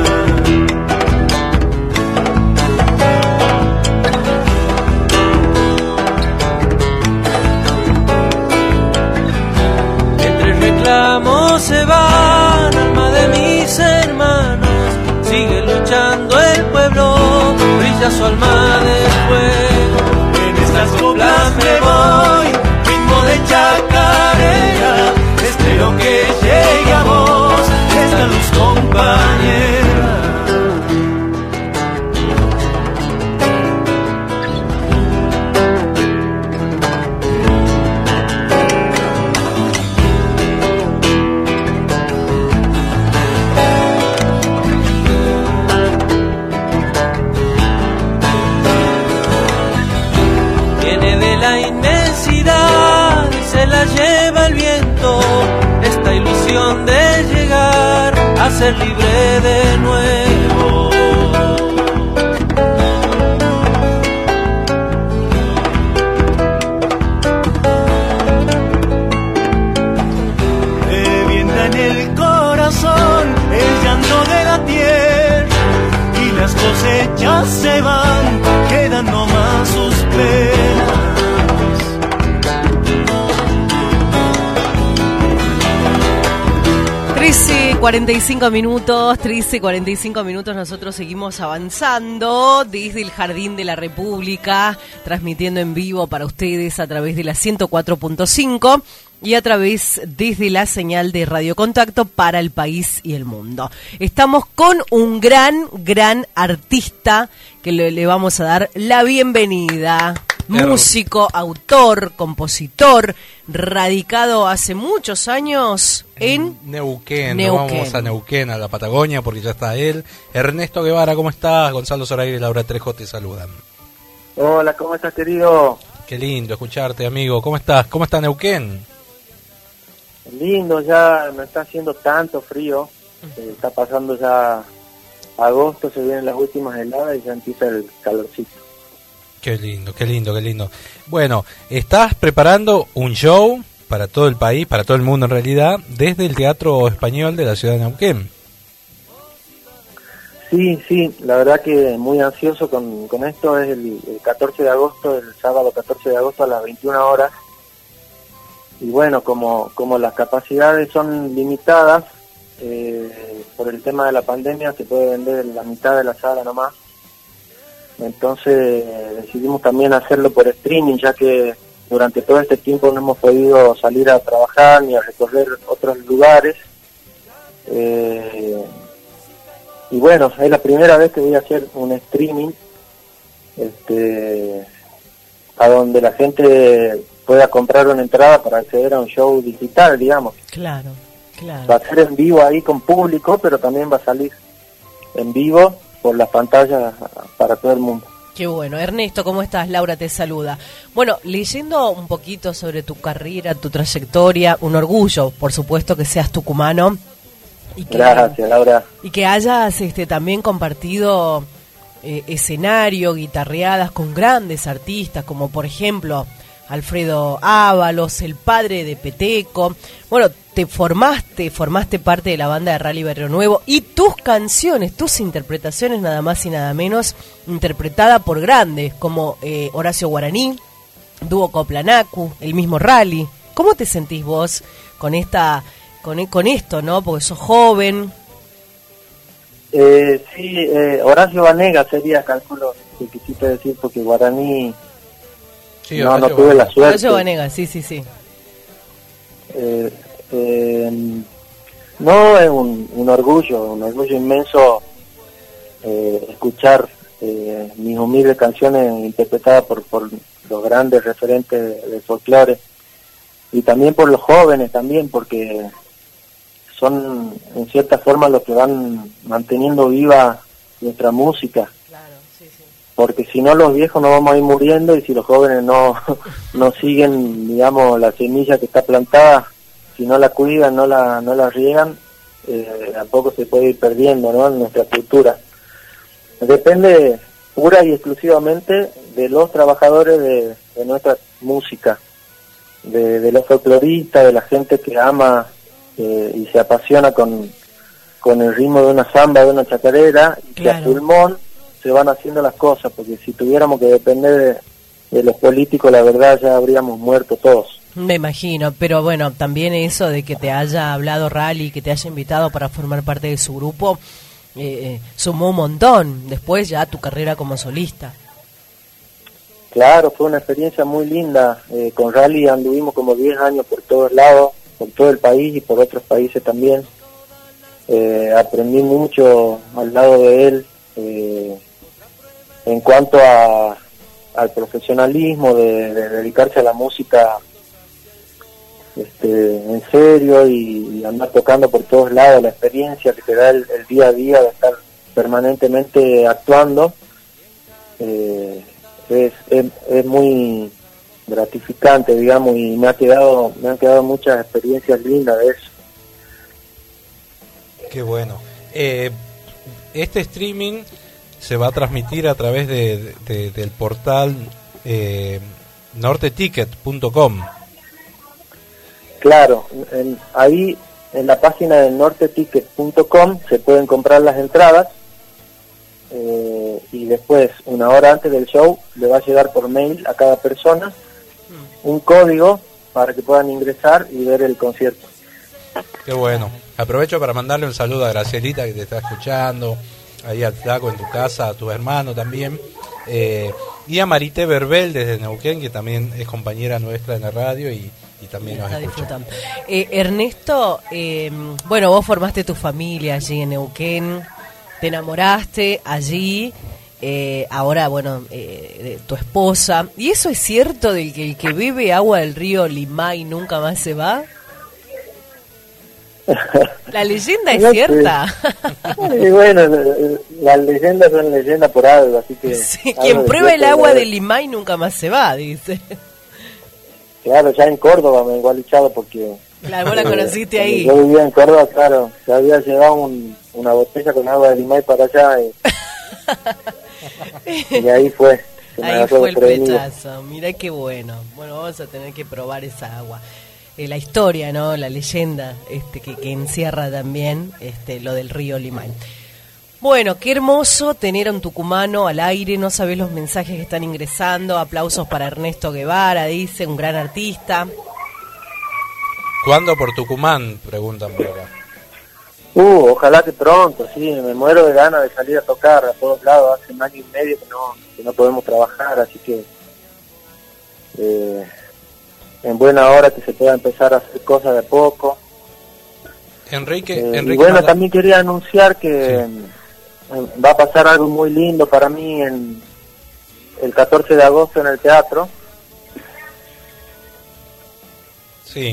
Entre reclamos se van, alma de mis hermanos, sigue luchando el pueblo, brilla su alma de fuego. En estas coplas me voy, ritmo de chacarera, espero que llegue a vos esta luz compañera. Viene de la inmensidad y se la lleva el viento, esta ilusión de llegar a ser libre de nuevo. Revienta en el corazón el llanto de la tierra y las cosechas se van, quedan nomás sus penas. trece, cuarenta y cinco minutos, trece, cuarenta y cinco minutos, nosotros seguimos avanzando desde el Jardín de la República, transmitiendo en vivo para ustedes a través de la ciento cuatro punto cinco y a través desde la señal de Radio Contacto para el país y el mundo. Estamos con un gran, gran artista que le, le vamos a dar la bienvenida. músico, autor, compositor, radicado hace muchos años en Neuquén. Neuquén. Nos vamos a Neuquén, a la Patagonia, porque ya está él. Ernesto Guevara, ¿cómo estás? Gonzalo Zoraire y Laura Trejo te saludan. Hola, ¿cómo estás, querido? Qué lindo escucharte, amigo. ¿Cómo estás? ¿Cómo está Neuquén? Lindo, ya no está haciendo tanto frío. Eh, está pasando ya agosto, se vienen las últimas heladas y ya empieza el calorcito. Qué lindo, qué lindo, qué lindo. Bueno, estás preparando un show para todo el país, para todo el mundo en realidad, desde el Teatro Español de la ciudad de Neuquén. Sí, sí, la verdad que muy ansioso con, con esto. Es el, el catorce de agosto, el sábado catorce de agosto a las veintiuna horas. Y bueno, como, como las capacidades son limitadas, eh, por el tema de la pandemia se puede vender la mitad de la sala nomás. Entonces decidimos también hacerlo por streaming, ya que durante todo este tiempo no hemos podido salir a trabajar ni a recorrer otros lugares. Eh, y bueno, es la primera vez que voy a hacer un streaming este, a donde la gente pueda comprar una entrada para acceder a un show digital, digamos. Claro, claro. Va a ser en vivo ahí con público, pero también va a salir en vivo por las pantallas para todo el mundo. Qué bueno. Ernesto, ¿cómo estás? Laura te saluda. Bueno, leyendo un poquito sobre tu carrera, tu trayectoria, un orgullo, por supuesto, que seas tucumano. Y que, Gracias, Laura. Y que hayas este, también compartido eh, escenario, guitarreadas con grandes artistas, como por ejemplo Alfredo Ábalos, el padre de Peteco. Bueno, te formaste, formaste parte de la banda de Rally Barrio Nuevo y tus canciones, tus interpretaciones, nada más y nada menos, interpretada por grandes como eh, Horacio Guaraní, Dúo Coplanacu, el mismo Rally. ¿Cómo te sentís vos con esta, con, con esto, no? Porque sos joven. Eh, sí, eh, Horacio Vanega sería, calculo, que quisiste decir, porque Guaraní Sí, no, Horacio no tuve Vanega. la suerte. Horacio Vanega, sí, sí, sí. Eh, eh, no, es un, un orgullo, un orgullo inmenso eh, escuchar eh, mis humildes canciones interpretadas por, por los grandes referentes del folclore y también por los jóvenes también, porque son en cierta forma los que van manteniendo viva nuestra música. Claro, sí, sí. Porque si no los viejos nos vamos a ir muriendo y si los jóvenes no, no siguen, digamos, la semilla que está plantada, si no la cuidan, no la, no la riegan, eh, tampoco se puede ir perdiendo, ¿no?, en nuestra cultura. Depende pura y exclusivamente de los trabajadores de, de nuestra música, de, de los folcloristas, de la gente que ama eh, y se apasiona con, con el ritmo de una samba, de una chacarera, y Claro. que a pulmón se van haciendo las cosas, porque si tuviéramos que depender de, de los políticos, la verdad ya habríamos muerto todos. Me imagino, pero bueno, también eso de que te haya hablado Rally, que te haya invitado para formar parte de su grupo, eh, sumó un montón después ya tu carrera como solista. Claro, fue una experiencia muy linda. Eh, con Rally anduvimos como diez años por todos lados, por todo el país y por otros países también. Eh, aprendí mucho al lado de él eh, en cuanto a, al profesionalismo de, de dedicarse a la música este, en serio y, y andar tocando por todos lados, la experiencia que te da el, el día a día de estar permanentemente actuando. Eh, Es, es, es muy gratificante, digamos, y me ha quedado me han quedado muchas experiencias lindas de eso. Qué bueno. Eh, este streaming se va a transmitir a través de, de- del portal eh, norte ticket punto com. Claro, en- ahí en la página de norte ticket punto com se pueden comprar las entradas eh, y después, una hora antes del show, le va a llegar por mail a cada persona un código para que puedan ingresar y ver el concierto. Qué bueno. Aprovecho para mandarle un saludo a Gracielita, que te está escuchando, ahí al Flaco en tu casa, a tu hermano también, eh, y a Marité Verbel desde Neuquén, que también es compañera nuestra en la radio y, y también nos Está escucha. disfrutando. Eh, Ernesto, eh, bueno, vos formaste tu familia allí en Neuquén, te enamoraste allí eh, ahora, bueno, eh, de tu esposa. ¿Y eso es cierto del que el que bebe agua del río Limay nunca más se va? La leyenda es No sé. cierta. Y bueno, las leyendas son leyendas por algo, así que... Sí, algo quien de prueba el cierto agua debe de Limay nunca más se va, dice. Claro, ya en Córdoba me he igualizado porque... Claro, vos la conociste ahí. Yo vivía en Córdoba, claro, se había llevado un, una botella con agua de Limay para allá y, y ahí fue. se me Ahí agarró fue el desprevenido. flechazo. Mira qué bueno. Bueno, vamos a tener que probar esa agua. Eh, la historia, ¿no? La leyenda este, que, que encierra también este, lo del río Limay. Bueno, qué hermoso tener a un tucumano al aire, no sabés los mensajes que están ingresando, aplausos para Ernesto Guevara, dice, un gran artista. ¿Cuándo por Tucumán? Preguntan por acá. Uh, ojalá que pronto, sí, me muero de ganas de salir a tocar a todos lados, hace un año y medio que no, que no podemos trabajar, así que eh, en buena hora que se pueda empezar a hacer cosas de a poco. Enrique, Eh, Enrique y bueno, manda- también quería anunciar que Sí. eh, va a pasar algo muy lindo para mí en el catorce de agosto en el teatro. Sí,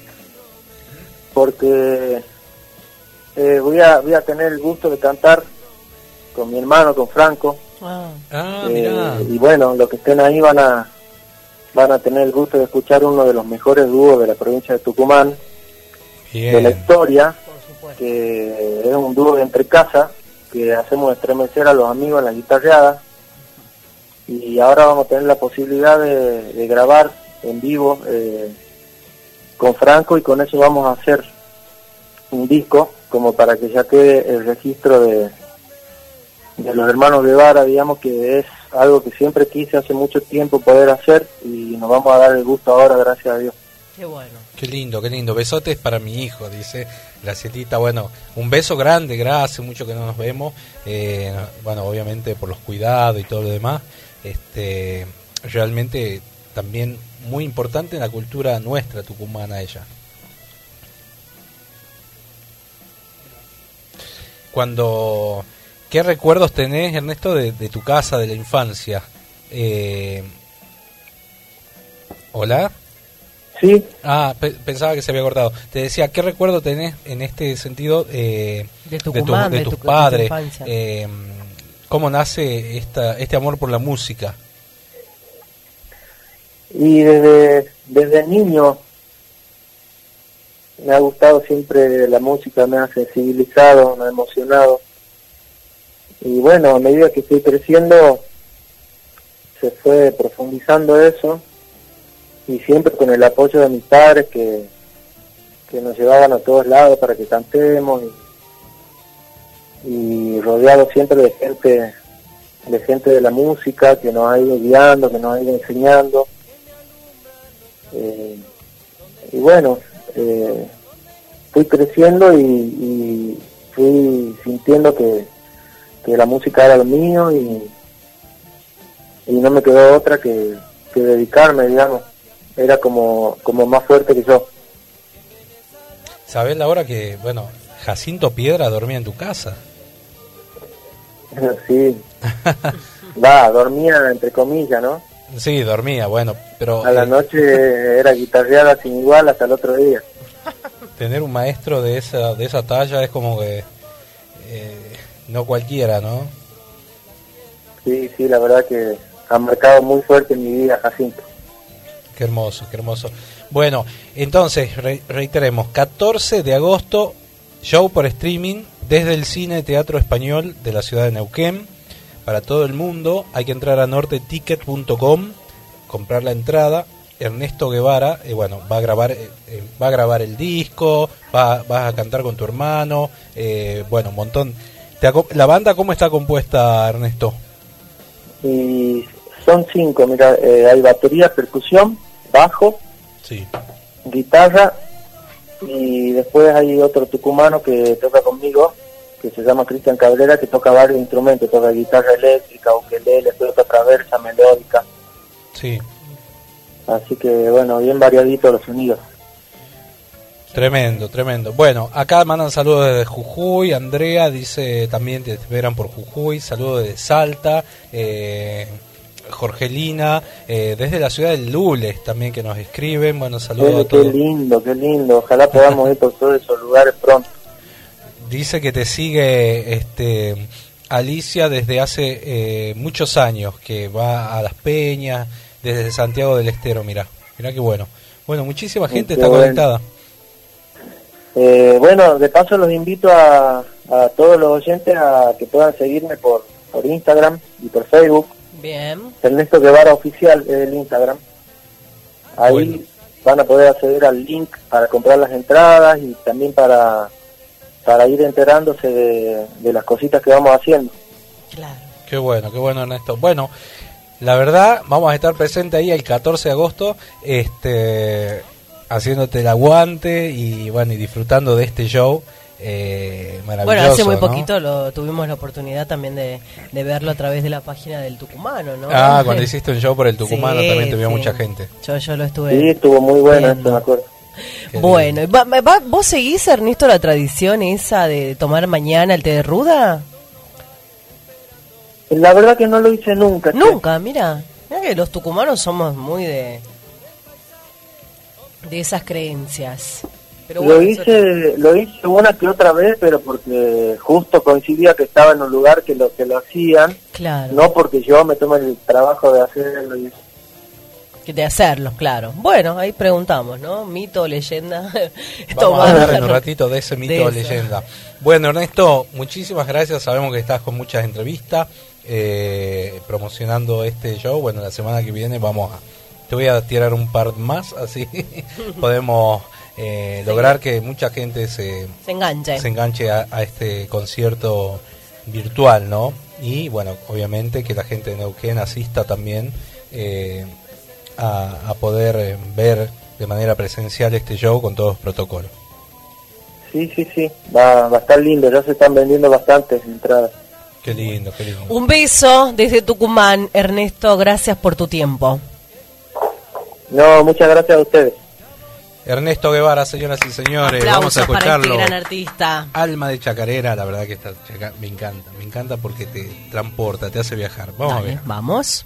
Porque eh, voy a voy a tener el gusto de cantar con mi hermano, con Franco. Ah, ah, Eh, mirá. y bueno, los que estén ahí van a van a tener el gusto de escuchar uno de los mejores dúos de la provincia de Tucumán, de la Bien. historia, por supuesto. que es un dúo de entre casa, que hacemos estremecer a los amigos en la guitarreada. Y ahora vamos a tener la posibilidad de, de grabar en vivo eh, con Franco, y con eso vamos a hacer un disco como para que ya quede el registro de, de los hermanos Guevara, digamos, que es algo que siempre quise hace mucho tiempo poder hacer, y nos vamos a dar el gusto ahora, gracias a Dios. Qué bueno. Qué lindo, qué lindo. Besotes para mi hijo, dice Gracietita. Bueno, un beso grande, gracias, mucho que no nos vemos. Eh, bueno, obviamente por los cuidados y todo lo demás. Este, realmente también muy importante en la cultura nuestra tucumana ella. Cuando, ¿qué recuerdos tenés, Ernesto, de, de tu casa, de la infancia? Eh, ¿Hola? Sí, Ah, pe- pensaba que se había cortado. Te decía, ¿qué recuerdo tenés en este sentido eh, De tu- Tucumán, de, de tus tu- de tu padres? infancia. Eh, ¿Cómo nace esta, este amor por la música? y desde, desde niño me ha gustado siempre la música, me ha sensibilizado, me ha emocionado. Y bueno, a medida que estoy creciendo, se fue profundizando eso, y siempre con el apoyo de mis padres que, que nos llevaban a todos lados para que cantemos, y, y rodeado siempre de gente, de gente de la música que nos ha ido guiando, que nos ha ido enseñando. Eh, y bueno, eh, fui creciendo y, y fui sintiendo que, que la música era lo mío, y, y no me quedó otra que, que dedicarme, digamos. Era como, como más fuerte que yo. ¿Sabés la hora que, bueno, Jacinto Piedra dormía en tu casa? Sí, va, dormía entre comillas, ¿no? Sí, dormía, bueno, pero A la eh, noche era guitarreada sin igual hasta el otro día. tener un maestro de esa de esa talla es como que eh, no cualquiera, ¿no? Sí, sí, la verdad que ha marcado muy fuerte en mi vida Jacinto. Qué hermoso, qué hermoso. Bueno, entonces, re- reiteremos, catorce de agosto, show por streaming desde el Cine Teatro Español de la ciudad de Neuquén, para todo el mundo. Hay que entrar a norte ticket punto com, comprar la entrada. Ernesto Guevara, eh, bueno, va a grabar eh, eh, va a grabar el disco, va, vas a cantar con tu hermano, eh, bueno, un montón. Te aco- ¿La banda cómo está compuesta, Ernesto? Y son cinco, mira, eh, hay batería, percusión, bajo, Sí. guitarra, y después hay otro tucumano que toca conmigo, que se llama Cristian Cabrera, que toca varios instrumentos, toca guitarra eléctrica, ukelele, flauta traversa, melódica, Sí. así que bueno, bien variadito los sonidos. Tremendo, tremendo. Bueno, acá mandan saludos desde Jujuy. Andrea dice también te esperan por Jujuy. Saludos desde Salta. Eh, Jorgelina, eh, desde la ciudad de Lules también que nos escriben. Bueno, saludos Qué, a todos. qué lindo, qué lindo. Ojalá podamos ir por todos esos lugares pronto. Dice que te sigue este Alicia desde hace eh, muchos años, que va a Las Peñas, desde Santiago del Estero. Mirá, mirá qué bueno. Bueno, muchísima gente Qué está bueno. conectada. Eh, bueno, de paso los invito a, a todos los oyentes a que puedan seguirme por, por Instagram y por Facebook. Bien. Ernesto Guevara Oficial es el Instagram. Ahí Bueno. van a poder acceder al link para comprar las entradas y también para, para ir enterándose de, de las cositas que vamos haciendo. Claro. Qué bueno, qué bueno, Ernesto. Bueno, la verdad, vamos a estar presentes ahí el catorce de agosto, este, haciéndote el aguante y bueno, y disfrutando de este show eh, maravilloso. Bueno, hace muy ¿no? poquito lo tuvimos la oportunidad también de, de verlo a través de la página del Tucumano, ¿no? Ah, cuando hiciste un show por el Tucumano Sí, también te vio sí. mucha gente. Yo, yo lo estuve. Sí, estuvo muy bueno viendo. esto, me acuerdo. Qué Bueno, y va- va- ¿vos seguís, Ernesto, la tradición esa de tomar mañana el té de ruda? La verdad que no lo hice nunca. che. Nunca, mira. Mira que los tucumanos somos muy de de esas creencias. Pero Lo bueno, hice, lo hice una que otra vez, pero porque justo coincidía que estaba en un lugar que lo que lo hacían, claro, no porque yo me tome el trabajo de hacerlo. Y... que de hacerlo, claro. Bueno, ahí preguntamos, ¿no? Mito o leyenda. Vamos Tomar- a hablar en un ratito de ese mito de o eso. leyenda. Bueno, Ernesto, muchísimas gracias. Sabemos que estás con muchas entrevistas eh, promocionando este show. Bueno, la semana que viene vamos a... Te voy a tirar un par más, así podemos eh, Sí. lograr que mucha gente se, Se enganche. se enganche a, a este concierto virtual, ¿no? Y bueno, obviamente que la gente de Neuquén asista también eh, a, a poder eh, ver de manera presencial este show con todos los protocolos. Sí, sí, sí, va, va a estar lindo, ya se están vendiendo bastantes entradas. Qué lindo, qué lindo. Un beso desde Tucumán, Ernesto, gracias por tu tiempo. No, muchas gracias a ustedes. Ernesto Guevara, señoras y señores, Aplausos vamos a para escucharlo. este gran artista. Alma de Chacarera, la verdad que esta chaca- me encanta, me encanta porque te transporta, te hace viajar. Vamos Dale, a ver. vamos.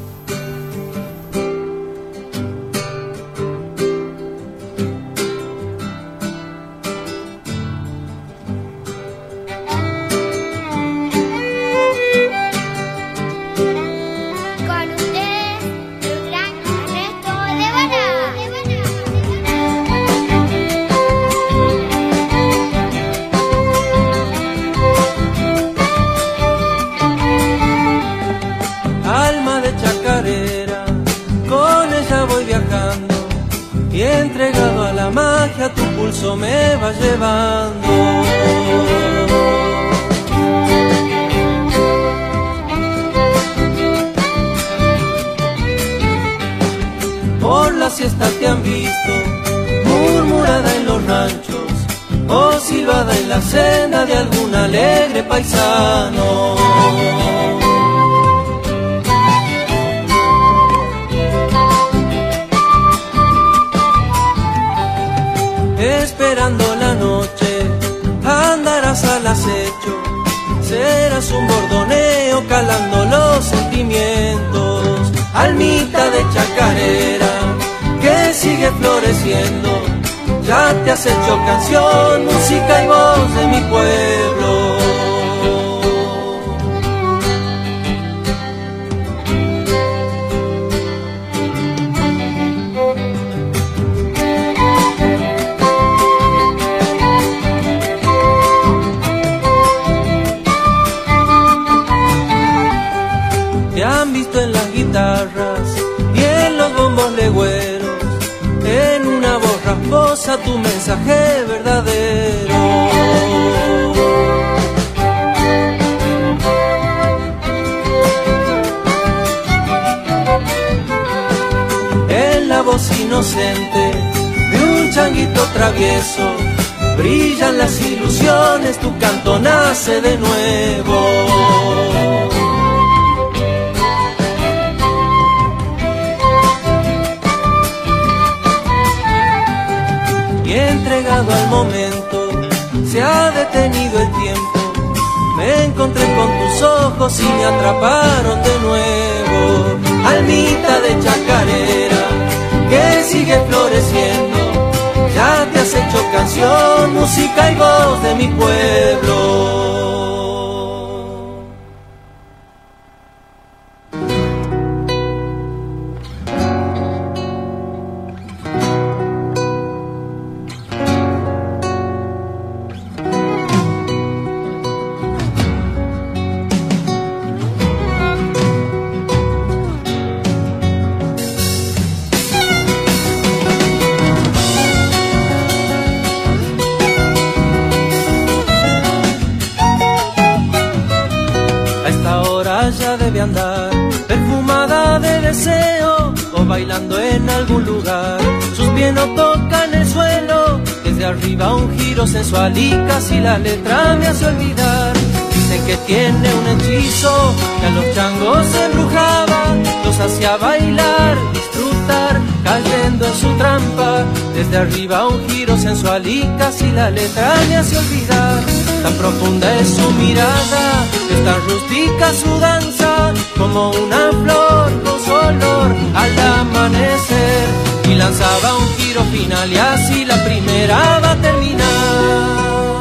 Con ustedes, el gran Ernesto Guevara. Alma de chacarera, con ella voy viajando y entregado a la magia tu pulso me va llevando. Por la siesta te han visto, murmurada en los ranchos, o silbada en la senda de algún alegre paisano. Esperando la noche, andarás al acecho, serás un bordoneo calando los sentimientos. Almita de chacarera, que sigue floreciendo, ya te has hecho canción, música y voz de mi pueblo. Te han visto en las guitarras y en los bombos legüeros, en una voz rasposa tu mensaje verdadero. En la voz inocente de un changuito travieso brillan las ilusiones, tu canto nace de nuevo. Y entre entregado al momento, se ha detenido el tiempo. Me encontré con tus ojos y me atraparon de nuevo. Almita de chacarera que sigue floreciendo, ya te has hecho canción, música y voz de mi pueblo. Debe andar perfumada de deseo o bailando en algún lugar. Sus pies no tocan el suelo, desde arriba un giro sensual y casi la letra me hace olvidar. Dicen que tiene un hechizo que a los changos embrujaba, los hacía bailar, disfrutar, cayendo en su trampa. Desde arriba un giro sensual y casi la letra me hace olvidar. Tan profunda es su mirada, es tan rústica su danza, como una flor con su olor al amanecer. Y lanzaba un giro final y así la primera va a terminar.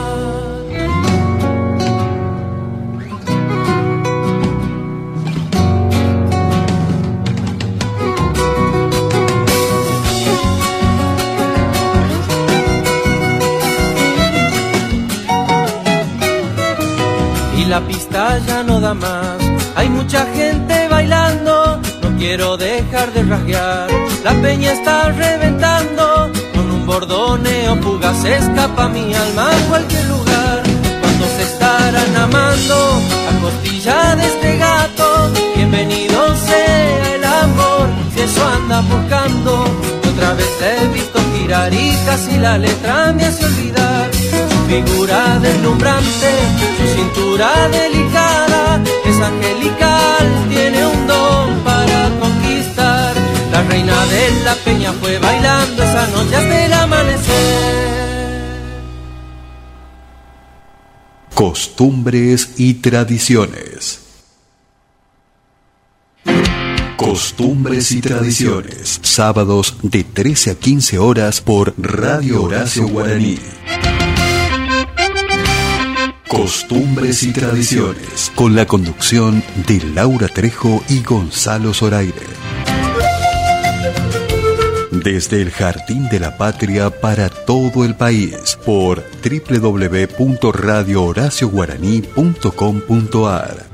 La pista ya no da más, hay mucha gente bailando, no quiero dejar de rasguear. La peña está reventando, con un bordoneo fugaz escapa mi alma a cualquier lugar. Cuando se estarán amando a costilla de este gato, bienvenido sea el amor, si eso andan buscando. Otra vez te he visto girar y casi la letra me hace olvidar. Su figura deslumbrante, su cintura delicada, es angelical, tiene un don para conquistar. La reina de la peña fue bailando esa noche hasta el amanecer. Costumbres y tradiciones. Costumbres y tradiciones. Sábados de trece a quince horas por Radio Horacio Guaraní. Costumbres y tradiciones. Con la conducción de Laura Trejo y Gonzalo Zoraire. Desde el Jardín de la Patria para todo el país por doble u doble u doble u punto radio horacio guaraní punto com punto a r.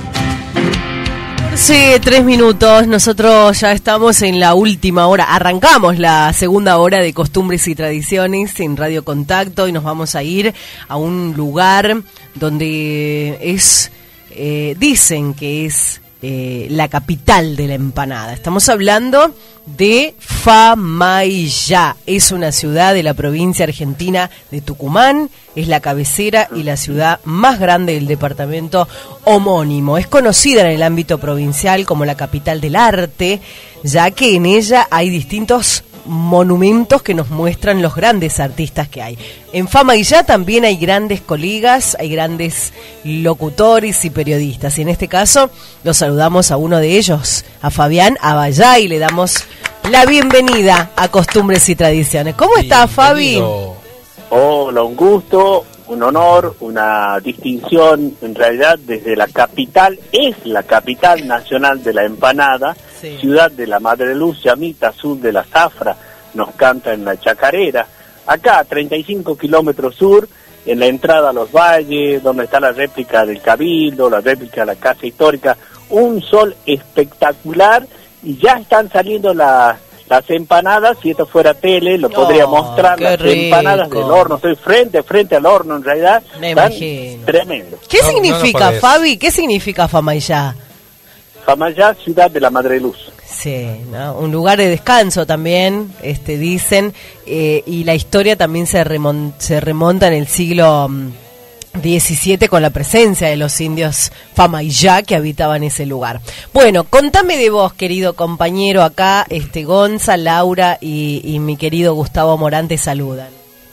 Sí, tres minutos, nosotros ya estamos en la última hora, arrancamos la segunda hora de Costumbres y Tradiciones en Radio Contacto y nos vamos a ir a un lugar donde es, eh, dicen que es eh, la capital de la empanada. Estamos hablando de Famaillá, es una ciudad de la provincia argentina de Tucumán, es la cabecera y la ciudad más grande del departamento homónimo. Es conocida en el ámbito provincial como la capital del arte, ya que en ella hay distintos monumentos que nos muestran los grandes artistas que hay. En Famaillá también hay grandes colegas, hay grandes locutores y periodistas, y en este caso los saludamos a uno de ellos, a Fabián Abayá, y le damos la bienvenida a Costumbres y Tradiciones. ¿Cómo está, Fabi? Hola, un gusto, un honor, una distinción, en realidad desde la capital, es la capital nacional de la empanada, sí. Ciudad de la Madre Luz, llamita azul de la zafra, nos canta en la chacarera, acá a treinta y cinco kilómetros sur, en la entrada a los valles, donde está la réplica del Cabildo, la réplica de la Casa Histórica, un sol espectacular, y ya están saliendo las las empanadas. Si esto fuera tele lo podría oh, mostrar, las rico. empanadas del horno, estoy frente frente al horno, en realidad me imagino. Tremendo. ¿Qué no, significa, no Fabi? ¿Qué significa Famaillá? Famaillá, ciudad de la Madre Luz. Sí, ¿no? Un lugar de descanso también, este dicen, eh, y la historia también se, remon- se remonta en el siglo diecisiete con la presencia de los indios Famaillá que habitaban ese lugar. Bueno, contame de vos, querido compañero, acá este Gonza, Laura y, y mi querido Gustavo Morán te saludan.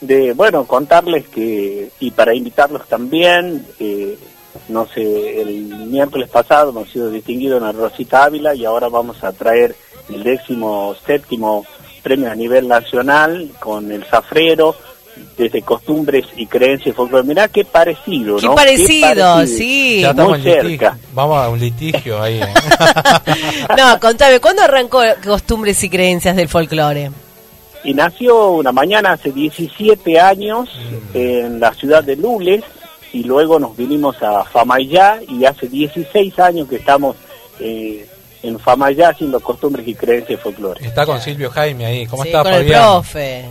de, bueno, contarles que, y para invitarlos también, eh, no sé, el miércoles pasado hemos sido distinguidos en la Rosita Ávila y ahora vamos a traer el décimo séptimo premio a nivel nacional con el Zafrero, desde costumbres y creencias folclóricas. Mirá qué parecido, qué ¿no? Parecido, qué parecido, sí. Ya estamos muy en cerca. litigio. Vamos a un litigio ahí. ¿eh? No, contame, ¿cuándo arrancó Costumbres y Creencias del Folclore? Y nació una mañana hace diecisiete años mm. en la ciudad de Lules, y luego nos vinimos a Famayá, y hace dieciséis años que estamos eh, en Famayá haciendo Costumbres y Creencias folclóricas. Está con Silvio Jaime ahí. ¿Cómo sí, está, con Fabián? El profe.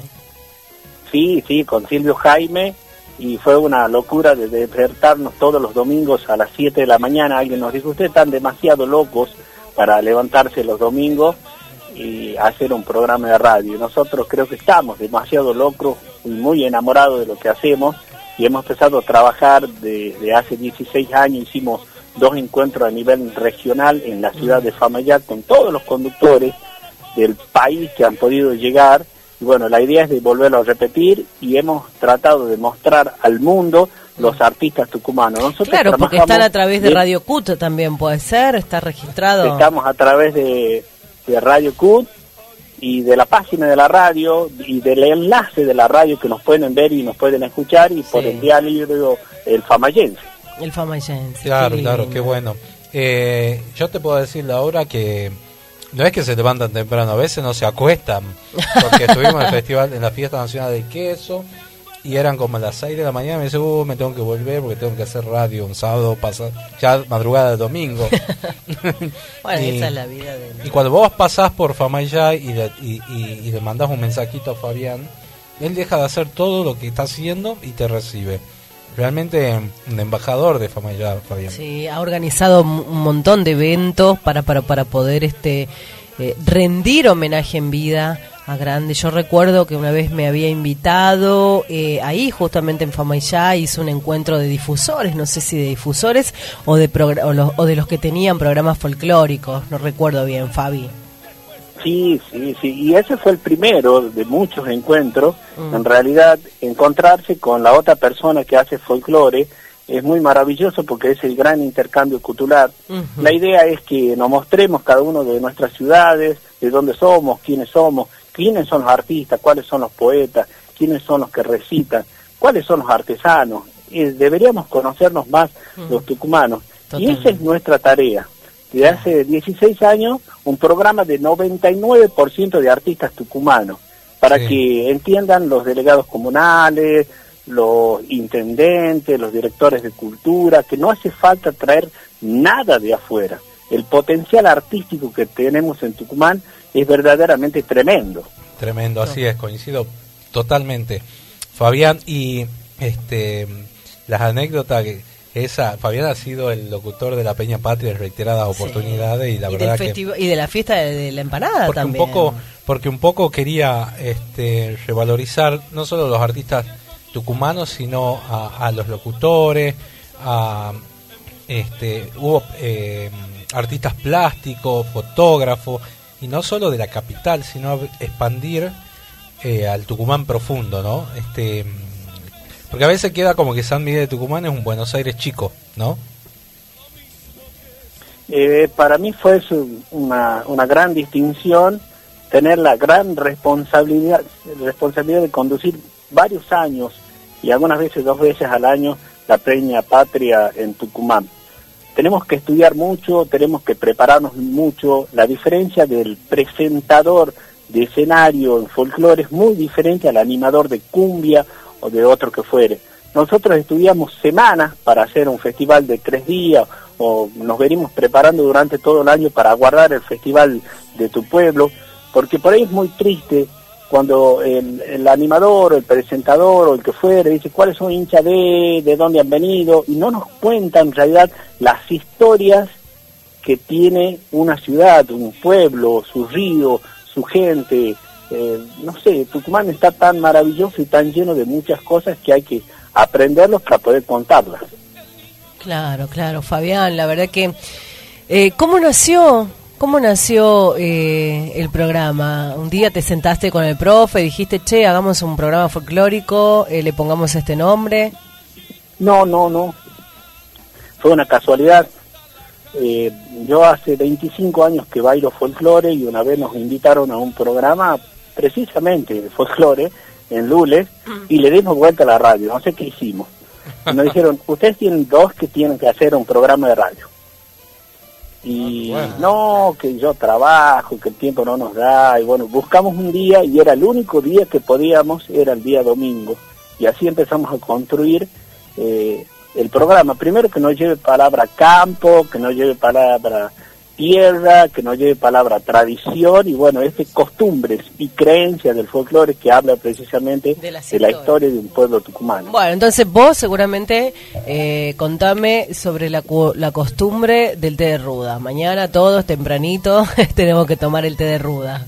Sí, sí, con Silvio Jaime, y fue una locura de despertarnos todos los domingos a las siete de la mañana. Alguien nos dijo, ustedes están demasiado locos para levantarse los domingos y hacer un programa de radio. Nosotros creo que estamos demasiado locos y muy enamorados de lo que hacemos, y hemos empezado a trabajar desde hace dieciséis años. Hicimos dos encuentros a nivel regional en la ciudad de Famayá con todos los conductores del país que han podido llegar. Y bueno, la idea es de volverlo a repetir, y hemos tratado de mostrar al mundo los artistas tucumanos. Nosotros claro, porque están a través de, de Radio C U T también, puede ser, está registrado. Estamos a través de, de Radio C U T y de la página de la radio y del enlace de la radio, que nos pueden ver y nos pueden escuchar, y sí. por el diario El Famayense. El Famayense. Claro, qué claro, qué bueno. Eh, yo te puedo decir ahora que no es que se levantan temprano, a veces no se acuestan, porque estuvimos en el festival, en la fiesta nacional del queso, y eran como las seis de la mañana. Me dice, uh, me tengo que volver porque tengo que hacer radio un sábado, pasar, ya madrugada de domingo. Bueno, y, esa es la vida de... Y cuando vos pasás por Famayá y le, y, y, y le mandás un mensajito a Fabián, él deja de hacer todo lo que está haciendo y te recibe. Realmente un embajador de Famayá, Fabián. Sí, ha organizado un montón de eventos para para para poder este eh, rendir homenaje en vida a grandes. Yo recuerdo que una vez me había invitado eh, ahí justamente en Famayá, hizo un encuentro de difusores, no sé si de difusores o de progr- o, los, o de los que tenían programas folclóricos, no recuerdo bien, Fabi. Sí, sí, sí, y ese fue el primero de muchos encuentros. Mm. En realidad, encontrarse con la otra persona que hace folclore es muy maravilloso, porque es el gran intercambio cultural. Uh-huh. La idea es que nos mostremos cada uno de nuestras ciudades, de dónde somos, quiénes somos, quiénes son los artistas, cuáles son los poetas, quiénes son los que recitan, cuáles son los artesanos. Y deberíamos conocernos más uh-huh. los tucumanos. Totalmente. Y esa es nuestra tarea. Desde hace dieciséis años, un programa de noventa y nueve por ciento de artistas tucumanos, para sí. que entiendan los delegados comunales, los intendentes, los directores de cultura, que no hace falta traer nada de afuera. El potencial artístico que tenemos en Tucumán es verdaderamente tremendo. Tremendo, así es, coincido totalmente. Fabián, y este las anécdotas que... Esa, Fabián ha sido el locutor de la Peña Patria en reiteradas oportunidades, sí. y la y verdad del festiv- que... Y de la fiesta de, de la empanada porque también. Un poco, porque un poco quería este, revalorizar no solo los artistas tucumanos, sino a, a los locutores, a este hubo eh, artistas plásticos, fotógrafos, y no solo de la capital, sino expandir eh, al Tucumán profundo, ¿no? Este... Porque a veces queda como que San Miguel de Tucumán es un Buenos Aires chico, ¿no? Eh, para mí fue su, una, una gran distinción tener la gran responsabilidad, responsabilidad de conducir varios años, y algunas veces dos veces al año, la Peña Patria en Tucumán. Tenemos que estudiar mucho, tenemos que prepararnos mucho. La diferencia del presentador de escenario en folclore es muy diferente al animador de cumbia o de otro que fuere. Nosotros estudiamos semanas para hacer un festival de tres días, o nos venimos preparando durante todo el año para guardar el festival de tu pueblo, porque por ahí es muy triste cuando el, el animador, o el presentador, o el que fuere, dice cuáles son hinchas de, de dónde han venido, y no nos cuenta en realidad las historias que tiene una ciudad, un pueblo, su río, su gente. Eh, no sé, Tucumán está tan maravilloso y tan lleno de muchas cosas que hay que aprenderlos para poder contarlas. Claro, claro, Fabián, la verdad que... Eh, ¿Cómo nació ¿Cómo nació eh, el programa? Un día te sentaste con el profe, dijiste, che, hagamos un programa folclórico, eh, le pongamos este nombre. No, no, no. Fue una casualidad. Eh, yo hace veinticinco años que bailo folclore y una vez nos invitaron a un programa precisamente de folclore en Lules y le dimos vuelta a la radio, no sé qué hicimos. Y nos dijeron, ustedes tienen dos que tienen que hacer un programa de radio. Y bueno. no, que yo trabajo, que el tiempo no nos da, y bueno, buscamos un día y era el único día que podíamos, era el día domingo. Y así empezamos a construir eh, el programa. Primero que no lleve palabra campo, que no lleve palabra tierra, que no lleve palabra tradición, y bueno, este costumbres y creencias del folclore que habla precisamente de la, de la historia de un pueblo tucumano. Bueno, entonces vos seguramente eh, contame sobre la, la costumbre del té de ruda. Mañana todos tempranito tenemos que tomar el té de ruda.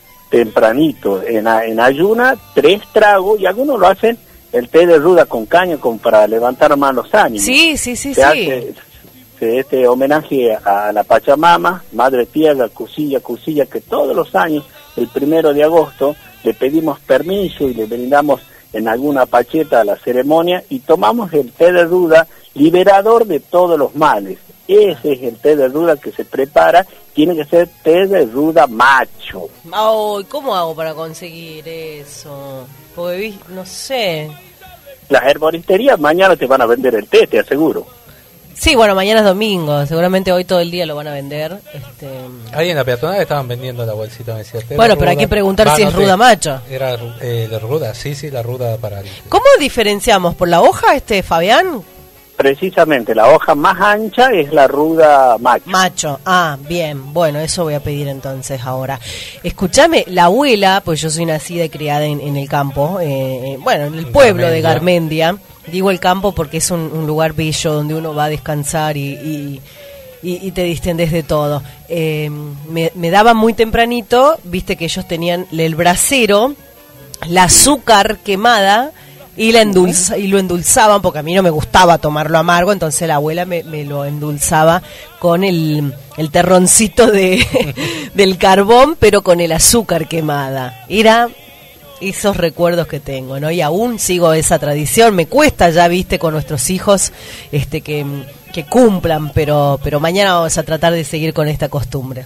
Tempranito, en, en ayuna, tres tragos, y algunos lo hacen el té de ruda con caña como para levantar más los ánimos. Sí, sí, sí, Se sí. Hace, este homenaje a la Pachamama, Madre Tierra, Cusilla, Cusilla, que todos los años, el primero de agosto, le pedimos permiso y le brindamos en alguna pacheta a la ceremonia y tomamos el té de ruda, liberador de todos los males. Ese es el té de ruda que se prepara, tiene que ser té de ruda macho. Oh, ¿cómo hago para conseguir eso? Porque no sé. Las herboristerías mañana te van a vender el té, te aseguro. Sí, bueno, mañana es domingo, seguramente hoy todo el día lo van a vender. Este... Ahí en la peatonal estaban vendiendo la bolsita, me decía. Bueno, pero ruda. Hay que preguntar ah, si no es ruda te... macho. Era eh, la ruda, sí, sí, la ruda para... ¿Cómo diferenciamos? ¿Por la hoja, este Fabián? Precisamente, la hoja más ancha es la ruda macho. Macho, ah, bien, bueno, eso voy a pedir entonces ahora. Escúchame, la abuela, pues yo soy nacida y criada en, en el campo, eh, bueno, en el pueblo Garmendia. de Garmendia. Digo el campo porque es un, un lugar bello donde uno va a descansar y, y, y, y te distendes de todo. Eh, me, me daba muy tempranito, viste que ellos tenían el brasero, la azúcar quemada y la endulza, y lo endulzaban porque a mí no me gustaba tomarlo amargo, entonces la abuela me, me lo endulzaba con el, el terroncito de, del carbón, pero con el azúcar quemada. Era... esos recuerdos que tengo, ¿no? Y aún sigo esa tradición, me cuesta ya, viste, con nuestros hijos este que, que cumplan, pero pero mañana vamos a tratar de seguir con esta costumbre.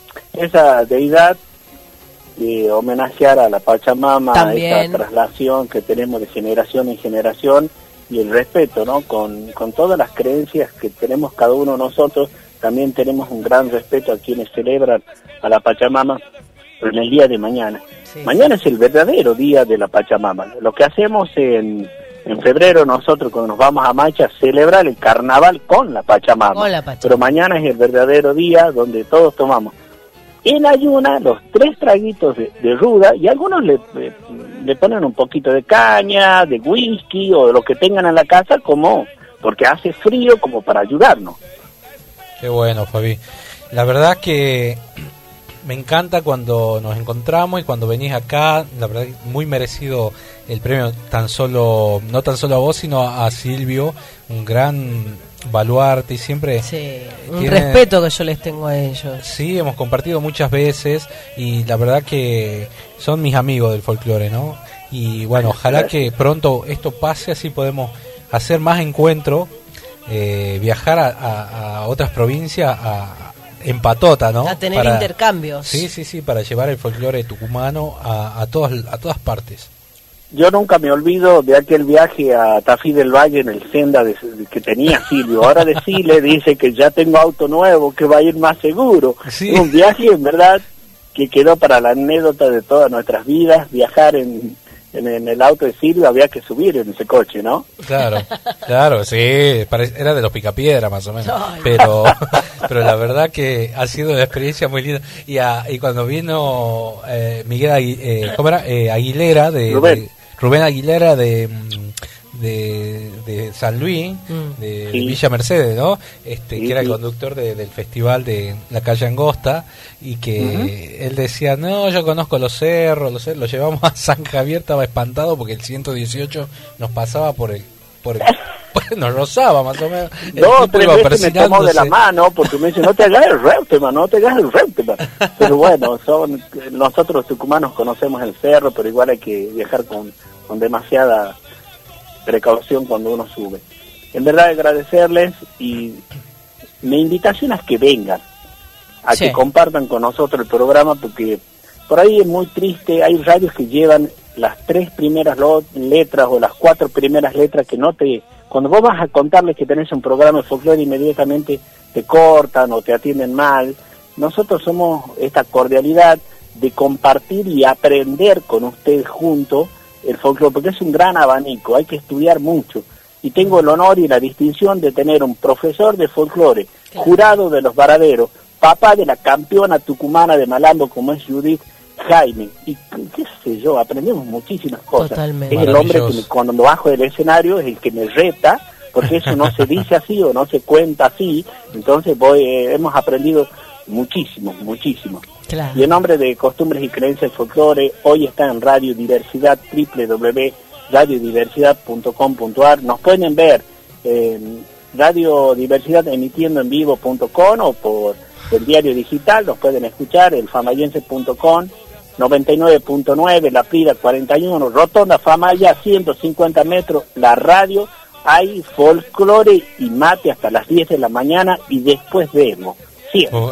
Esa deidad, de homenajear a la Pachamama, También. esa traslación que tenemos de generación en generación, y el respeto, ¿no? Con, con todas las creencias que tenemos cada uno de nosotros, también tenemos un gran respeto a quienes celebran a la Pachamama en el día de mañana. Sí, Mañana sí. es el verdadero día de la Pachamama. Lo que hacemos en, en febrero nosotros cuando nos vamos a Macha, celebrar el carnaval con la Pachamama. Con la Pachamama. Pero mañana es el verdadero día donde todos tomamos en ayuna los tres traguitos de, de ruda, y algunos le, le, le ponen un poquito de caña, de whisky o de lo que tengan en la casa, como porque hace frío, como para ayudarnos. Qué bueno, Fabi. La verdad que me encanta cuando nos encontramos y cuando venís acá, la verdad muy merecido el premio, tan solo no tan solo a vos, sino a Silvio, un gran baluarte y siempre sí, un tiene, respeto que yo les tengo a ellos. Sí, hemos compartido muchas veces y la verdad que son mis amigos del folclore, ¿no? Y bueno, ojalá que pronto esto pase, así podemos hacer más encuentros, eh, viajar a, a, a otras provincias, a en patota, ¿no? A tener para, intercambios. Sí, sí, sí, para llevar el folclore tucumano a, a todas a todas partes. Yo nunca me olvido de aquel viaje a Tafí del Valle en el Senda de, de, que tenía Silvio. Ahora decirle, dice que ya tengo auto nuevo, que va a ir más seguro. Sí. Un viaje, en verdad, que quedó para la anécdota de todas nuestras vidas. Viajar en, en, en el auto de Silvio, había que subir en ese coche, ¿no? Claro, claro, sí, era de los Picapiedra más o menos. Pero, pero la verdad que ha sido una experiencia muy linda. Y, a, y cuando vino eh, Miguel Agu eh, ¿cómo era? Eh, Aguilera de... Rubén. de Rubén Aguilera de, de, de San Luis, mm. de sí. Villa Mercedes, ¿no? Este, sí, que era el conductor de, del festival de la calle Angosta, y que uh-huh. él decía, no, yo conozco los cerros, los cerros, lo llevamos a San Javier, estaba espantado porque el ciento dieciocho nos pasaba por el Porque nos rozaba más o menos. El Dos o tipo tres iba veces me tomó de la persinándose. mano porque me dice, no te hagas el Reutemann, no te hagas el Reutemann. Pero bueno, son, nosotros los tucumanos conocemos el cerro, pero igual hay que viajar con, con demasiada precaución cuando uno sube. En verdad agradecerles y mi invitación es que vengan, a Sí. que compartan con nosotros el programa, porque por ahí es muy triste, hay radios que llevan las tres primeras lo- letras o las cuatro primeras letras que no te... Cuando vos vas a contarles que tenés un programa de folclore, inmediatamente te cortan o te atienden mal. Nosotros somos esta cordialidad de compartir y aprender con ustedes juntos el folclore, porque es un gran abanico, hay que estudiar mucho. Y tengo el honor y la distinción de tener un profesor de folclore, jurado de los varaderos, papá de la campeona tucumana de Malambo como es Judith Jaime, y qué sé yo, aprendemos muchísimas cosas. Totalmente. Es el hombre que me- Maravilloso. cuando me bajo del escenario es el que me reta, porque eso no se dice así o no se cuenta así, entonces voy, eh, hemos aprendido muchísimo, muchísimo. Claro. Y en nombre de Costumbres y Creencias del Folclore, hoy está en Radio Diversidad, doble u doble u doble u punto radio diversidad punto com punto a r. Nos pueden ver en Radio Diversidad emitiendo en vivo punto com o por el diario digital, nos pueden escuchar el famayense punto com, noventa y nueve punto nueve, La Prida cuarenta y uno, Rotonda Famaya, ciento cincuenta metros, la radio, hay folclore y mate hasta las diez de la mañana y después vemos. Sí. Oh.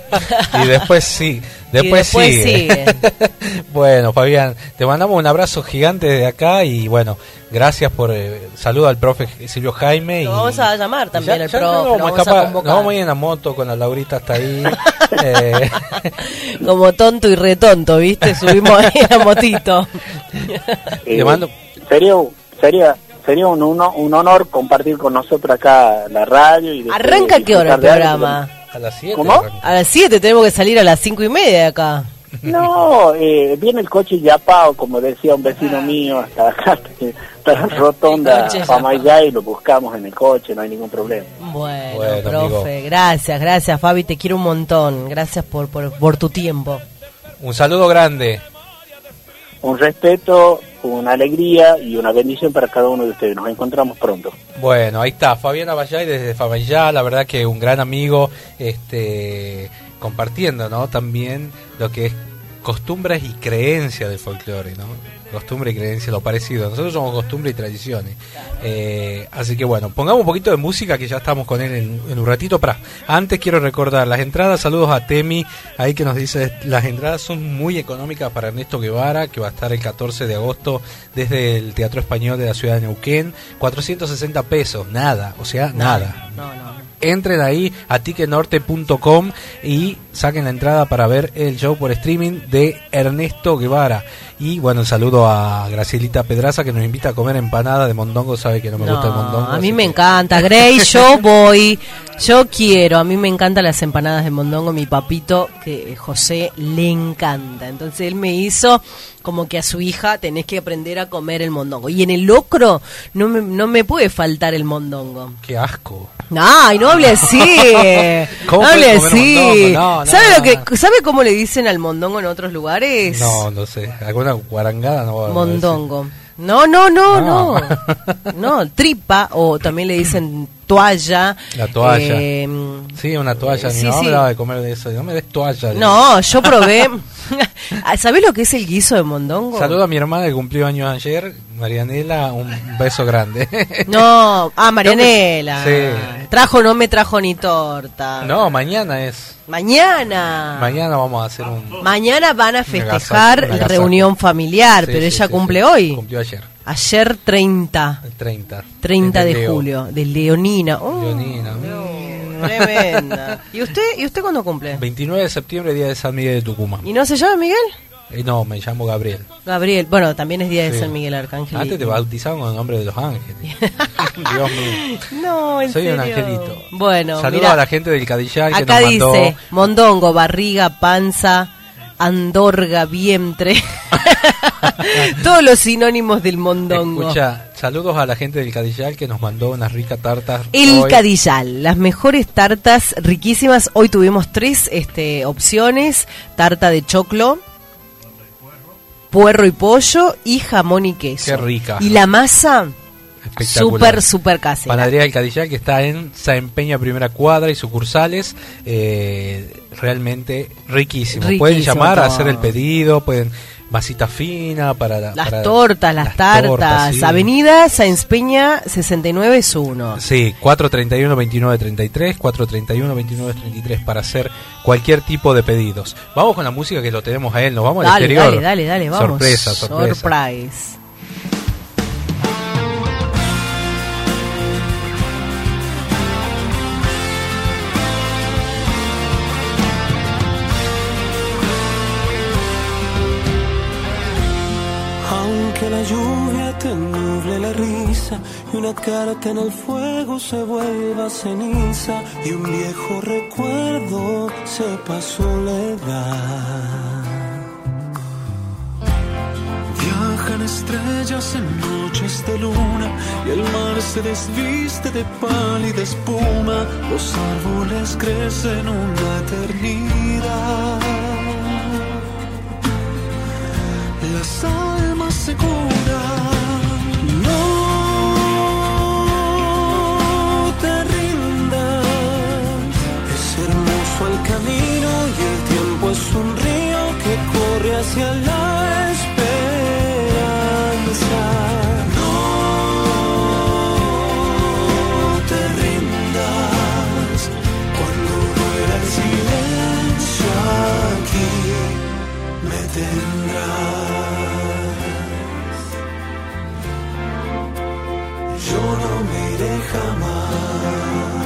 Y después sí, después, Y después sigue. Bueno, Fabián, te mandamos un abrazo gigante desde acá y bueno, gracias por eh, saludo al profe Silvio Jaime. Lo y, vamos a llamar también ya- al ya profe, nos lo vamos a vamos a escapar, nos convocar. vamos a ir en la moto con la Laurita hasta ahí. eh, Como tonto y retonto, ¿viste? Subimos ahí a motito. Eh, Le mando- sería sería sería un, uno- un honor compartir con nosotros acá la radio y después ¿Arranca qué hora el disfrutar de algo. programa? a las siete. ¿Cómo? A las siete tenemos que salir a las cinco y media de acá. No, eh, viene el coche yapao, como decía un vecino mío, hasta acá, hasta la rotonda coche Famayá, y lo buscamos en el coche, no hay ningún problema. Bueno, Bueno, profe, amigo. gracias, gracias Fabi, te quiero un montón. Gracias por, por, por tu tiempo. Un saludo grande. Un respeto, una alegría y una bendición para cada uno de ustedes. Nos encontramos pronto. Bueno, ahí está, Fabián Abayay desde Famayá, la verdad que un gran amigo, este, compartiendo, ¿no? También lo que es costumbres y creencias del folclore, ¿no? Costumbre y creencia, lo parecido. Nosotros somos costumbre y tradiciones. Eh, así que bueno, pongamos un poquito de música que ya estamos con él en, en un ratito. Para antes quiero recordar las entradas, saludos a Temi, ahí que nos dice, las entradas son muy económicas para Ernesto Guevara, que va a estar el catorce de agosto desde el Teatro Español de la ciudad de Neuquén, cuatrocientos sesenta pesos, nada, o sea, nada. No, no. Entren ahí a tiquenorte punto com y saquen la entrada para ver el show por streaming de Ernesto Guevara. Y bueno, un saludo a Gracielita Pedraza que nos invita a comer empanada de mondongo, sabe que no me gusta el mondongo. a así mí me que- encanta, Grace, yo voy, yo quiero, a mí me encantan las empanadas de mondongo, mi papito, que José le encanta, entonces él me hizo como que a su hija tenés que aprender a comer el mondongo, y en el locro no me, no me puede faltar el mondongo. Qué asco. Ay, no hable así. ¿Cómo No hable puede comer así. mondongo? No, no, ¿Sabe, no, lo que, no. ¿Sabe cómo le dicen al mondongo en otros lugares? No, no sé. ¿Alguna guarangada? No va a Mondongo. No, no, no, no. No. No, tripa, o también le dicen toalla. La toalla. Eh, Sí, una toalla. Sí, Mi mamá sí. me daba de comer de eso. No me des toalla. no, yo probé. ¿Sabés lo que es el guiso de mondongo? Saludo a mi hermana que cumplió años ayer, Marianela, un beso grande. No, ah, Marianela. Sí. Trajo, no me trajo ni torta. No, mañana es. Mañana. Mañana vamos a hacer un. Mañana van a Un festejar agasajo, un agasajo. reunión familiar, Sí, pero sí, ella sí, cumple sí. hoy. Cumplió ayer, Ayer treinta. el treinta. treinta Es de Leo. julio, de Leonina. Oh, Leonina. no, tremenda. ¿Y usted, ¿Y usted cuándo cumple? veintinueve de septiembre, día de San Miguel de Tucumán. ¿Y no se llama Miguel? Eh, no, me llamo Gabriel. Gabriel. Bueno, también es día de Sí. San Miguel Arcángel. Antes te bautizaban con el nombre de los ángeles. Dios mío. No, en Soy un serio. angelito. Bueno, Saludos mirá, a la gente del Cadillal que acá nos mandó. dice mondongo, barriga, panza, andorga, vientre. Todos los sinónimos del mondongo. Escucha, saludos a la gente del Cadillal que nos mandó unas ricas tartas. El hoy. Cadillal, las mejores tartas riquísimas. Hoy tuvimos tres este, opciones: tarta de choclo, puerro y pollo y jamón y queso. Qué rica. Y la masa, espectacular. Súper, súper casera. Panadería del Cadillal, que está en San Peña Primera Cuadra y sucursales, eh, realmente riquísimo. Riquísimo Pueden llamar todo. a hacer el pedido, pueden masita fina para Las para, tortas, las, las tartas. tortas, sí. Avenida Sáenz Peña sesenta y nueve es uno. Sí, cuatro treinta y uno, veintinueve treinta y tres, cuatro treinta y uno, veintinueve treinta y tres para hacer cualquier tipo de pedidos. Vamos con la música que lo tenemos a él, nos vamos al Dale, exterior. dale, dale, dale, vamos. Sorpresa, sorpresa. Surprise. Aunque la lluvia te nuble la risa y una carta en el fuego se vuelva ceniza y un viejo recuerdo sepa soledad. Viajan estrellas en noches de luna y el mar se desviste de pálida espuma. Los árboles crecen una eternidad. Las almas se curan, no te rindas. Es hermoso el camino y el tiempo es un río que corre hacia la esperanza. No te rindas cuando vuela el silencio aquí me tendrás. Yo no me iré jamás.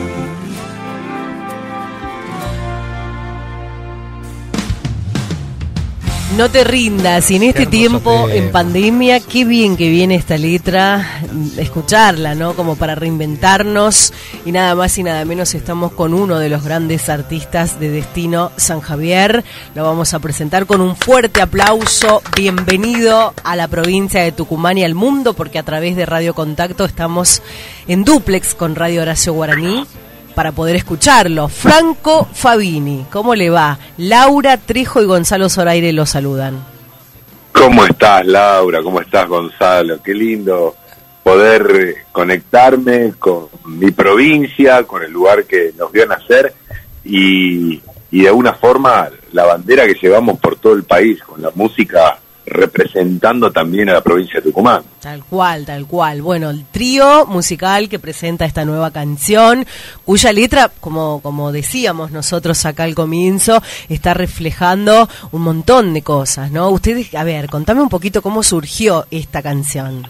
No te rindas, y en este tiempo, en pandemia, qué bien que viene esta letra, escucharla, ¿no? Como para reinventarnos, y nada más y nada menos estamos con uno de los grandes artistas de Destino San Javier. Lo vamos a presentar con un fuerte aplauso. Bienvenido a la provincia de Tucumán y al mundo, porque a través de Radio Contacto estamos en dúplex con Radio Horacio Guaraní para poder escucharlo. Franco Fabini, ¿cómo le va? Laura Trejo y Gonzalo Zoraire lo saludan. ¿Cómo estás, Laura? ¿Cómo estás, Gonzalo? Qué lindo poder conectarme con mi provincia, con el lugar que nos vio nacer y, y de alguna forma la bandera que llevamos por todo el país, con la música representando también a la provincia de Tucumán. Tal cual, tal cual. Bueno, el trío musical que presenta esta nueva canción, cuya letra, como, como decíamos nosotros acá al comienzo, está reflejando un montón de cosas, ¿no? Ustedes, a ver, contame un poquito cómo surgió esta canción.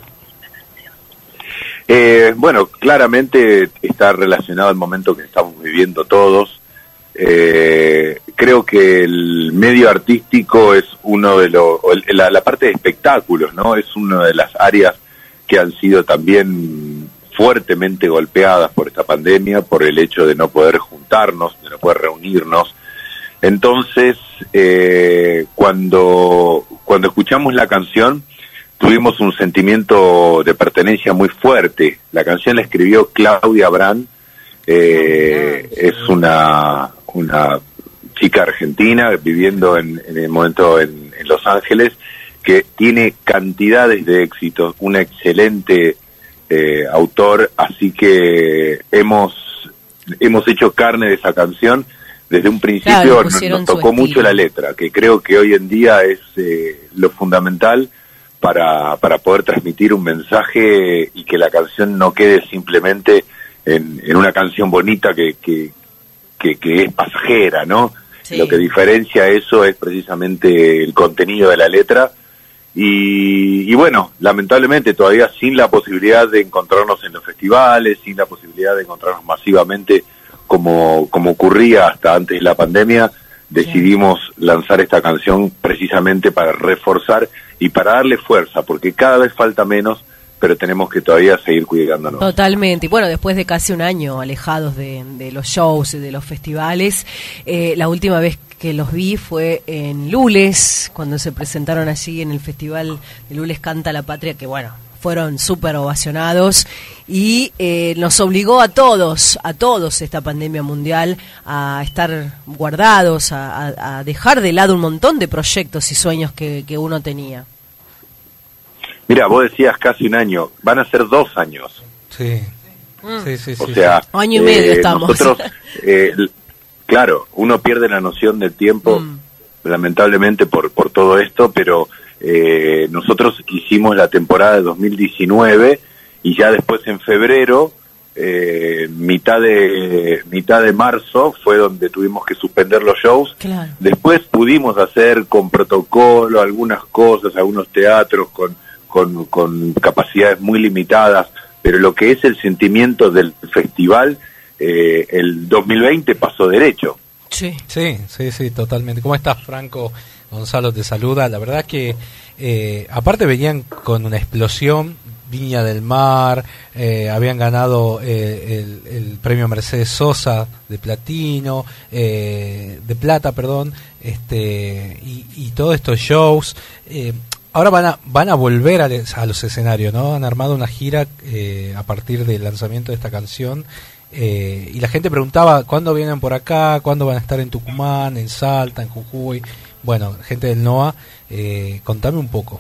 Eh, bueno, claramente está relacionado al momento que estamos viviendo todos. Eh, creo que el medio artístico es uno de los, la, la parte de espectáculos, ¿no? Es una de las áreas que han sido también fuertemente golpeadas por esta pandemia, por el hecho de no poder juntarnos, de no poder reunirnos. Entonces, eh, cuando, cuando escuchamos la canción, tuvimos un sentimiento de pertenencia muy fuerte. La canción la escribió Claudia Brand, eh, es una... una chica argentina viviendo en, en el momento en, en Los Ángeles, que tiene cantidades de éxitos, un excelente eh, autor, así que hemos hemos hecho carne de esa canción desde un principio. Claro, nos, nos tocó mucho la letra, que creo que hoy en día es eh, lo fundamental para, para poder transmitir un mensaje y que la canción no quede simplemente en, en una canción bonita que, que Que, que es pasajera, ¿no? Sí. Lo que diferencia eso es precisamente el contenido de la letra y, y bueno, lamentablemente todavía sin la posibilidad de encontrarnos en los festivales, sin la posibilidad de encontrarnos masivamente como, como ocurría hasta antes de la pandemia, decidimos sí. lanzar esta canción precisamente para reforzar y para darle fuerza, porque cada vez falta menos, pero tenemos que todavía seguir cuidándonos. Totalmente. Y bueno, después de casi un año alejados de, de los shows y de los festivales, eh, la última vez que los vi fue en Lules, cuando se presentaron allí en el festival de Lules Canta la Patria, que bueno, fueron súper ovacionados y eh, nos obligó a todos, a todos esta pandemia mundial a estar guardados, a, a, a dejar de lado un montón de proyectos y sueños que, que uno tenía. Mira, vos decías casi un año, van a ser dos años. Sí, sí, sí. O sí, sea, sí. Año y medio eh, estamos. Nosotros, eh, claro, uno pierde la noción del tiempo, mm. lamentablemente por, por todo esto, pero eh, nosotros hicimos la temporada de dos mil diecinueve y ya después en febrero, eh, mitad de mitad de marzo fue donde tuvimos que suspender los shows. Claro. Después pudimos hacer con protocolo algunas cosas, algunos teatros con, con, con capacidades muy limitadas, pero lo que es el sentimiento del festival, eh, el dos mil veinte pasó derecho. Sí, sí, sí, sí, totalmente. ¿Cómo estás, Franco? Gonzalo te saluda. La verdad que, eh, aparte venían con una explosión, Viña del Mar, eh, habían ganado eh, el, el premio Mercedes Sosa de platino, eh, de plata, perdón, este, y, y todos estos shows. Eh, ahora van a van a volver a, les, a los escenarios, ¿no? Han armado una gira eh, a partir del lanzamiento de esta canción. Eh, y la gente preguntaba cuándo vienen por acá, cuándo van a estar en Tucumán, en Salta, en Jujuy. Bueno, gente del NOA, eh, contame un poco.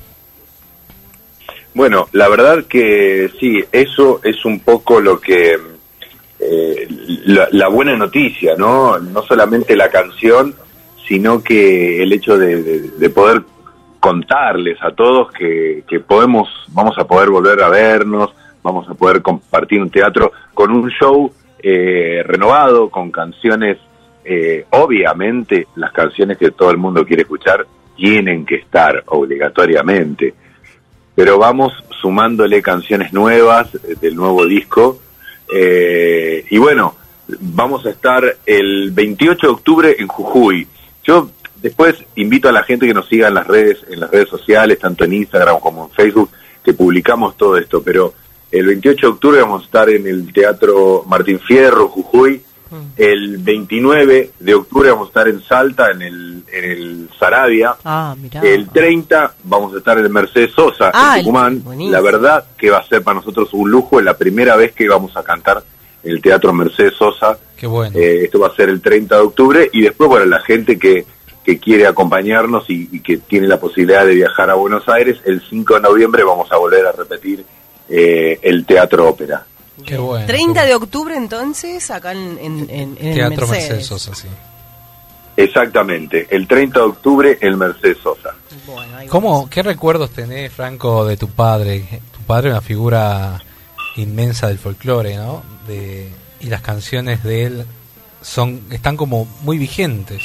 Bueno, la verdad que sí, eso es un poco lo que eh, la, la buena noticia, ¿no? No solamente la canción, sino que el hecho de, de, de poder contarles a todos que, que podemos, vamos a poder volver a vernos, vamos a poder compartir un teatro con un show eh, renovado, con canciones, eh, obviamente las canciones que todo el mundo quiere escuchar tienen que estar obligatoriamente, pero vamos sumándole canciones nuevas del nuevo disco, eh, y bueno, vamos a estar el veintiocho de octubre en Jujuy. Yo después invito a la gente que nos siga en las redes, en las redes sociales, tanto en Instagram como en Facebook, que publicamos todo esto, pero el veintiocho de octubre vamos a estar en el Teatro Martín Fierro, Jujuy. El veintinueve de octubre vamos a estar en Salta, en el, en el Saravia. Ah, mirá. El treinta vamos a estar en el Mercedes Sosa, ah, en Tucumán. La verdad que va a ser para nosotros un lujo, es la primera vez que vamos a cantar en el Teatro Mercedes Sosa. Qué bueno. Eh, esto va a ser el treinta de octubre, y después, bueno, la gente que, que quiere acompañarnos y, y que tiene la posibilidad de viajar a Buenos Aires, el cinco de noviembre vamos a volver a repetir eh, el Teatro Ópera. Qué bueno. treinta de octubre entonces, acá en, en, en, en Teatro el Mercedes. Mercedes Sosa, sí. Exactamente, el treinta de octubre el Mercedes Sosa. Bueno, ¿Cómo, ¿Qué recuerdos tenés, Franco, de tu padre? Tu padre es una figura inmensa del folclore, ¿no? De, y las canciones de él son están como muy vigentes.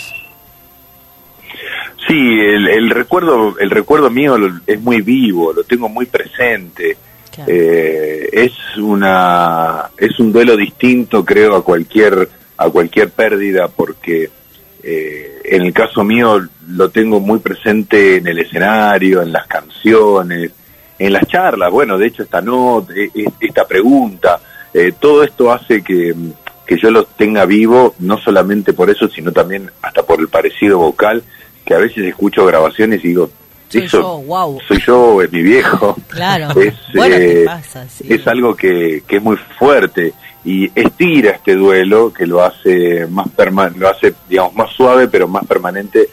Sí, el, el recuerdo el recuerdo mío es muy vivo, lo tengo muy presente. Claro. Eh, es una es un duelo distinto, creo, a cualquier a cualquier pérdida, porque eh, en el caso mío lo tengo muy presente en el escenario, en las canciones, en las charlas. Bueno, de hecho esta nota, esta pregunta, eh, todo esto hace que, que yo lo tenga vivo, no solamente por eso, sino también hasta por el parecido vocal, que a veces escucho grabaciones y digo, soy eso, yo, wow. Soy yo, es mi viejo. Claro. Es, bueno, eh, ¿qué pasa? Sí. Es algo que, que es muy fuerte y estira este duelo, que lo hace más perma lo hace, digamos, más suave, pero más permanente.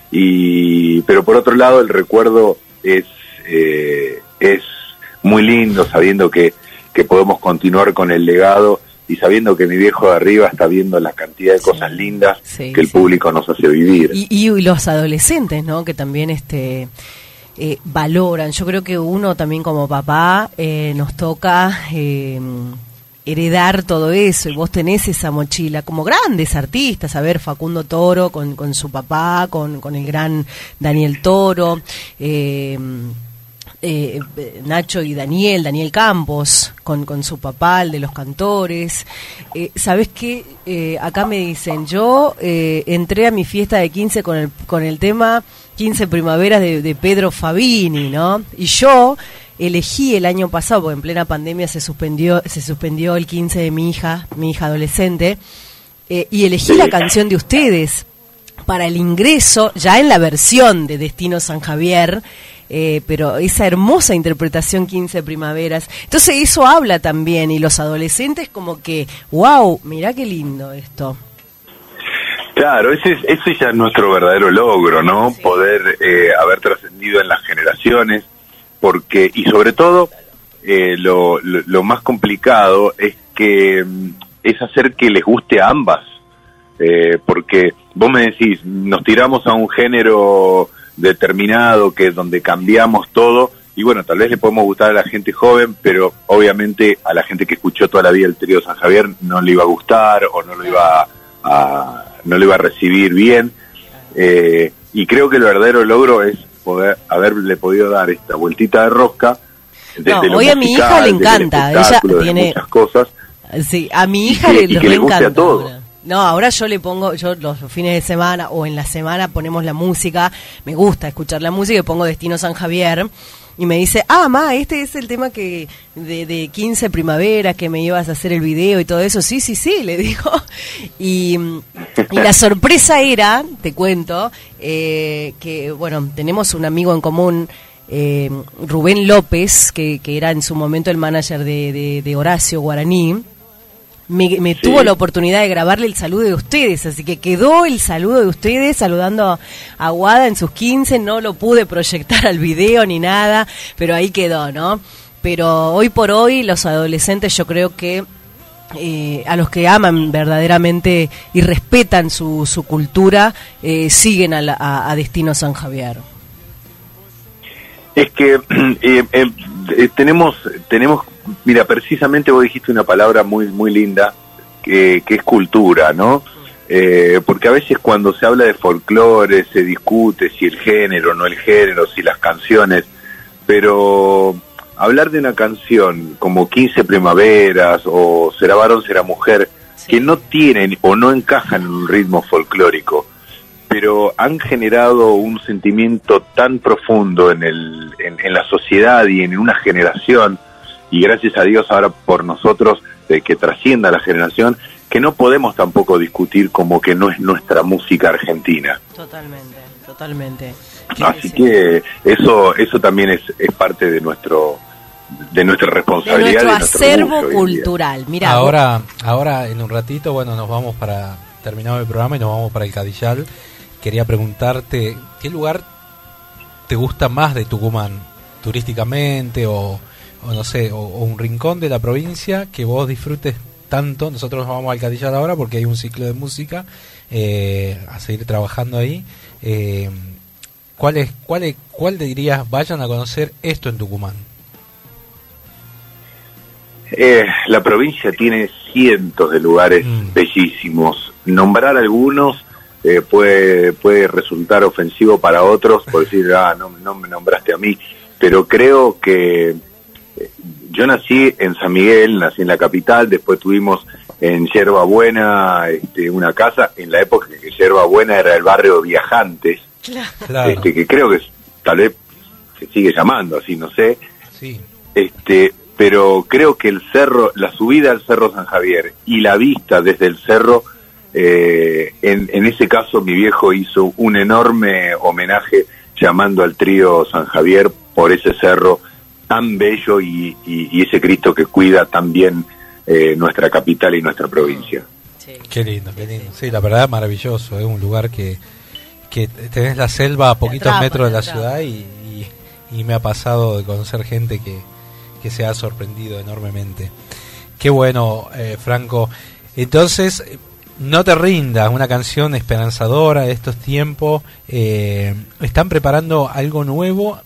Y pero por otro lado, el recuerdo es eh, es muy lindo, sabiendo que que podemos continuar con el legado y sabiendo que mi viejo de arriba está viendo la cantidad de cosas sí, lindas sí, que el sí. público nos hace vivir. Y, y, y los adolescentes, ¿no? Que también este eh, valoran. Yo creo que uno también como papá eh, nos toca eh, heredar todo eso, y vos tenés esa mochila como grandes artistas, a ver, Facundo Toro con, con su papá, con, con el gran Daniel Toro, eh, Eh, Nacho y Daniel, Daniel Campos, con, con su papá, el de los cantores. Eh, ¿Sabés qué? Eh, acá me dicen, yo eh, entré a mi fiesta de quince con el, con el tema quince Primaveras de, de Pedro Fabini, ¿no? Y yo elegí el año pasado, porque en plena pandemia se suspendió, se suspendió el quince de mi hija, mi hija adolescente, eh, y elegí la canción de ustedes para el ingreso, ya en la versión de Destino San Javier, Eh, pero esa hermosa interpretación quince Primaveras. Entonces eso habla también, y los adolescentes como que, wow, mirá qué lindo esto. Claro, ese es, ese ya es nuestro verdadero logro, ¿no? Sí. Poder eh, haber trascendido en las generaciones, porque, y sobre todo, eh, lo, lo, lo más complicado es que es hacer que les guste a ambas, eh, porque vos me decís, nos tiramos a un género determinado, que es donde cambiamos todo, y bueno, tal vez le podemos gustar a la gente joven, pero obviamente a la gente que escuchó toda la vida el trío San Javier no le iba a gustar, o no lo iba a, a no lo iba a recibir bien, eh, y creo que el verdadero logro es poder haberle podido dar esta vueltita de rosca. No, hoy a mi hija le encanta, ella tiene muchas cosas. Sí, a mi hija y que, le, y que le guste a todo. Ahora. No, ahora yo le pongo, yo los fines de semana o en la semana ponemos la música, me gusta escuchar la música y pongo Destino San Javier y me dice, ah, ma, este es el tema que de, de quince primavera que me ibas a hacer el video y todo eso, sí, sí, sí, le digo. Y, y la sorpresa era, te cuento, eh, que, bueno, tenemos un amigo en común, eh, Rubén López, que, que era en su momento el manager de, de, de Horacio Guaraní. Me, me sí. tuvo la oportunidad de grabarle el saludo de ustedes, así que quedó el saludo de ustedes saludando a Guada en sus quince, no lo pude proyectar al video ni nada, pero ahí quedó, ¿no? Pero hoy por hoy los adolescentes yo creo que eh, a los que aman verdaderamente y respetan su, su cultura, eh, siguen a, la, a, a Destino San Javier. Es que eh, eh, tenemos tenemos mira, precisamente vos dijiste una palabra muy muy linda, que, que es cultura, ¿no? Eh, porque a veces cuando se habla de folclore se discute si el género, no el género, si las canciones, pero hablar de una canción como quince primaveras o Será varón, será mujer, sí. que no tienen o no encajan en un ritmo folclórico, pero han generado un sentimiento tan profundo en, el, en, en la sociedad y en una generación, y gracias a Dios ahora por nosotros, de que trascienda la generación, que no podemos tampoco discutir como que no es nuestra música argentina. Totalmente, totalmente. Así que eso eso también es, es parte de nuestro de nuestra responsabilidad, de nuestro acervo cultural. Mira, ahora ahora en un ratito, bueno, nos vamos para terminar el programa y nos vamos para el Cadillal. Quería preguntarte, ¿qué lugar te gusta más de Tucumán? Turísticamente o, o no sé, o, o un rincón de la provincia que vos disfrutes tanto. Nosotros nos vamos al Cadillal ahora porque hay un ciclo de música eh, a seguir trabajando ahí. Eh, ¿cuál, es, cuál, es, ¿Cuál te dirías, vayan a conocer esto en Tucumán? Eh, la provincia tiene cientos de lugares mm. bellísimos. Nombrar algunos eh, puede puede resultar ofensivo para otros por decir, ah, no, no me nombraste a mí, pero creo que eh, yo nací en San Miguel, nací en la capital, después tuvimos en Yerba Buena este, una casa, en la época que Yerba Buena era el barrio Viajantes, claro. este, que creo que tal vez se sigue llamando así, no sé, sí. este pero creo que el cerro, la subida al Cerro San Javier y la vista desde el cerro, eh, en, en ese caso mi viejo hizo un enorme homenaje llamando al trío San Javier por ese cerro tan bello y, y, y ese Cristo que cuida tan bien eh, nuestra capital y nuestra provincia. Sí. Qué lindo, qué lindo. Sí, la verdad maravilloso, es un lugar que, que tenés la selva a poquitos atrapa, metros de la ciudad y, y, y me ha pasado de conocer gente que que se ha sorprendido enormemente. Qué bueno, eh, Franco. Entonces, no te rindas, una canción esperanzadora de estos tiempos. Eh, ¿Están preparando algo nuevo?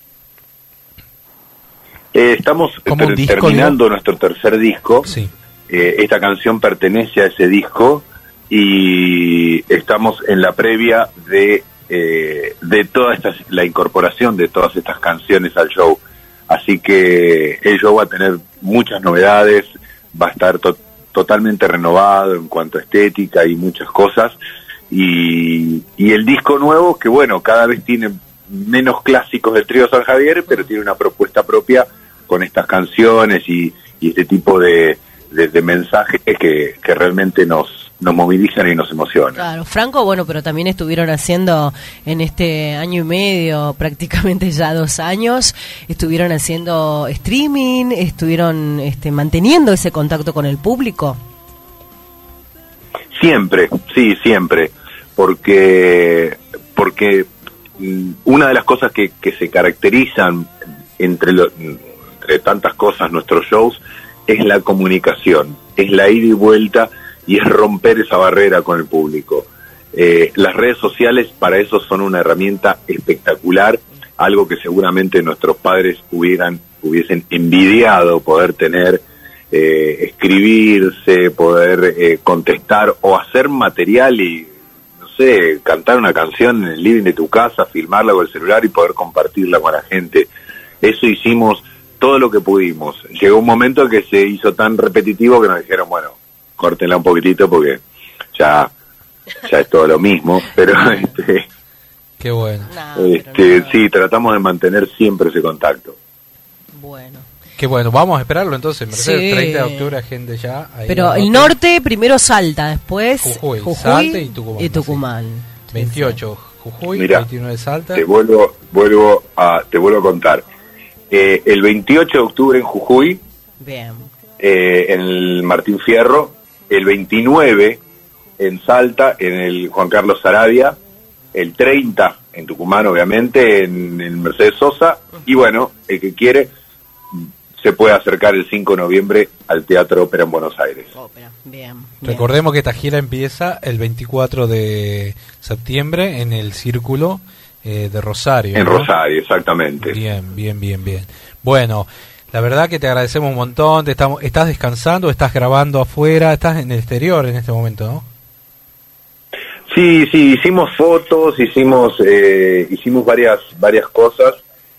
Eh, estamos ter- disco, terminando digo? nuestro tercer disco. Sí. Eh, esta canción pertenece a ese disco y estamos en la previa de, eh, de toda esta, la incorporación de todas estas canciones al show. Así que el show va a tener muchas novedades, va a estar to- totalmente renovado en cuanto a estética y muchas cosas. Y, y el disco nuevo, que bueno, cada vez tiene menos clásicos del trío San Javier, pero tiene una propuesta propia con estas canciones y, y este tipo de, de, de mensajes que, que realmente nos... nos movilizan y nos emocionan. Claro, Franco, bueno, pero también estuvieron haciendo en este año y medio, prácticamente ya dos años, estuvieron haciendo streaming, estuvieron este, manteniendo ese contacto con el público. Siempre, sí, siempre, porque porque una de las cosas que, que se caracterizan entre, lo, entre tantas cosas, nuestros shows, es la comunicación, es la ida y vuelta y es romper esa barrera con el público. Eh, las redes sociales para eso son una herramienta espectacular, algo que seguramente nuestros padres hubieran, hubiesen envidiado poder tener, eh, escribirse, poder eh, contestar o hacer material y, no sé, cantar una canción en el living de tu casa, filmarla con el celular y poder compartirla con la gente. Eso hicimos todo lo que pudimos. Llegó un momento que se hizo tan repetitivo que nos dijeron, bueno, córtenla un poquitito porque ya, ya es todo lo mismo, pero este, qué bueno. No, este, sí, tratamos de mantener siempre ese contacto. Bueno. Qué bueno, vamos a esperarlo entonces, Mercedes, Sí. treinta de octubre, gente ya. Ahí Pero al el norte primero Salta, después Jujuy, Jujuy Salta y Tucumán. y Tucumán. veintiocho Jujuy, Mirá, veintinueve Salta. Te vuelvo, vuelvo a, te vuelvo a contar. Eh, el veintiocho de octubre en Jujuy, Bien. eh, en el Martín Fierro, el veintinueve en Salta, en el Juan Carlos Saravia, el treinta en Tucumán, obviamente, en el Mercedes Sosa, y bueno, el que quiere se puede acercar el cinco de noviembre al Teatro Ópera en Buenos Aires. Ópera, bien. Recordemos que esta gira empieza el veinticuatro de septiembre en el Círculo eh, de Rosario. En ¿no? Rosario, exactamente. Bien, bien, bien, bien. Bueno, la verdad que te agradecemos un montón. Te estamos, ¿estás descansando? ¿Estás grabando afuera? ¿Estás en el exterior en este momento, no? Sí, sí, hicimos fotos, hicimos eh, hicimos varias varias cosas.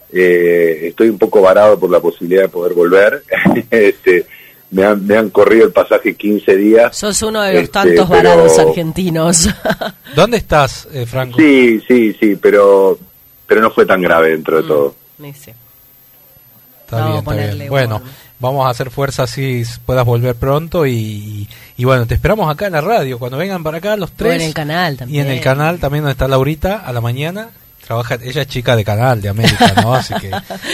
Eh, estoy un poco varado por la posibilidad de poder volver. este, me han, me han corrido el pasaje quince días. Sos uno de los Este, tantos pero- varados argentinos. ¿Dónde estás, eh, Franco? Sí, sí, sí, pero pero no fue tan grave dentro de todo. Sí, sí. Está Vamos bien, a está ponerle bien. Bueno, vamos a hacer fuerza así puedas volver pronto y, y, y bueno, te esperamos acá en la radio, cuando vengan para acá los O tres. en el canal Y también. en el canal también donde está Laurita a la mañana. Trabaja, ella es chica de canal de América, ¿no? Así que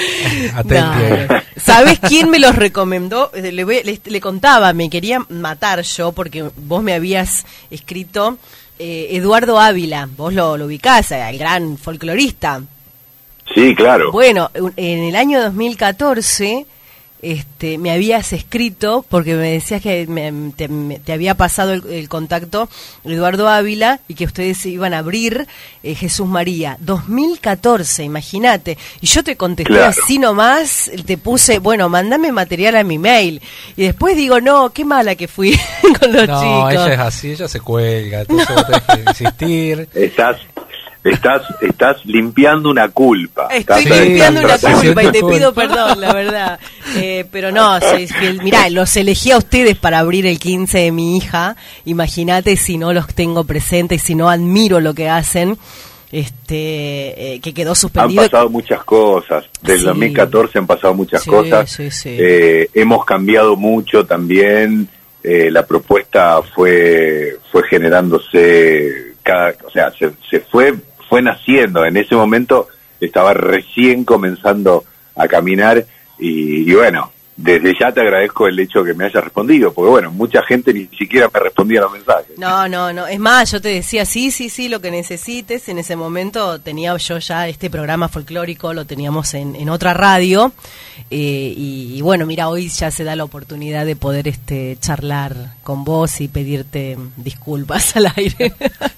atente. No. ¿Sabes quién me los recomendó? Eh, Le, voy- le, le contaba, me quería matar yo porque vos me habías escrito eh, Eduardo Ávila, vos lo, lo ubicás, el gran folclorista. Sí, claro. Bueno, un- en el año dos mil catorce este, me habías escrito porque me decías que me- te, me- te había pasado el, el contacto Eduardo Ávila y que ustedes iban a abrir eh, Jesús María. dos mil catorce, imagínate. Y yo te contesté Claro. así nomás, te puse, bueno, mandame material a mi mail. Y después digo, no, qué mala que fui con los No, chicos. ella es así, ella se cuelga, entonces vos tenés que insistir. Estás estás estás limpiando una culpa. Estoy Estás- limpiando una estás- culpa y te pido perdón, la verdad. Eh, pero no, soy fiel. Mirá, los elegí a ustedes para abrir el quince de mi hija. Imagínate si no los tengo presentes, si no admiro lo que hacen, este, eh, que quedó Han suspendido. pasado muchas cosas. Del Sí. dos mil catorce han pasado muchas Sí, cosas. sí, sí. Eh, hemos cambiado mucho también. Eh, la propuesta fue fue generándose cada, o sea, se, se fue fue naciendo. En ese momento estaba recién comenzando a caminar y, y bueno, desde ya te agradezco el hecho que me hayas respondido, porque bueno, mucha gente ni siquiera me respondía los mensajes. No, no, no. Es más, yo te decía, sí, sí, sí, lo que necesites. En ese momento tenía yo ya este programa folclórico, lo teníamos en, en otra radio. eh, y, y bueno, mira, hoy ya se da la oportunidad de poder este charlar con vos y pedirte disculpas al aire.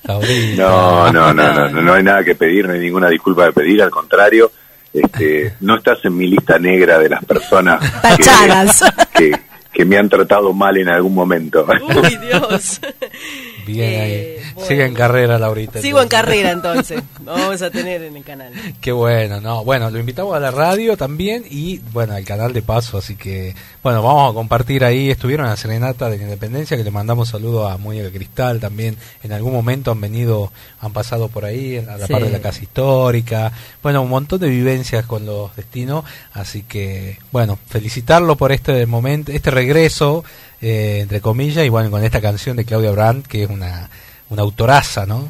No, no, no, no, no, no hay nada que pedir, no hay ninguna disculpa de pedir, al contrario, este, no estás en mi lista negra de las personas Tachadas. que, que, que me han tratado mal en algún momento. Uy, Dios. Bien ahí. Sigue en carrera, Laurita. Sigo en carrera entonces. Vamos a tener en el canal. Qué bueno, no, bueno, lo invitamos a la radio también y bueno, al canal de paso, así que bueno, vamos a compartir ahí, estuvieron en la Serenata de la Independencia, que le mandamos saludos a Muy el Cristal también, en algún momento han venido, han pasado por ahí, a la Sí. par de la Casa Histórica, bueno, un montón de vivencias con los destinos, así que bueno, felicitarlo por este momento, este regreso, eh, entre comillas, y bueno, con esta canción de Claudia Brandt, que es una, una autoraza, ¿no?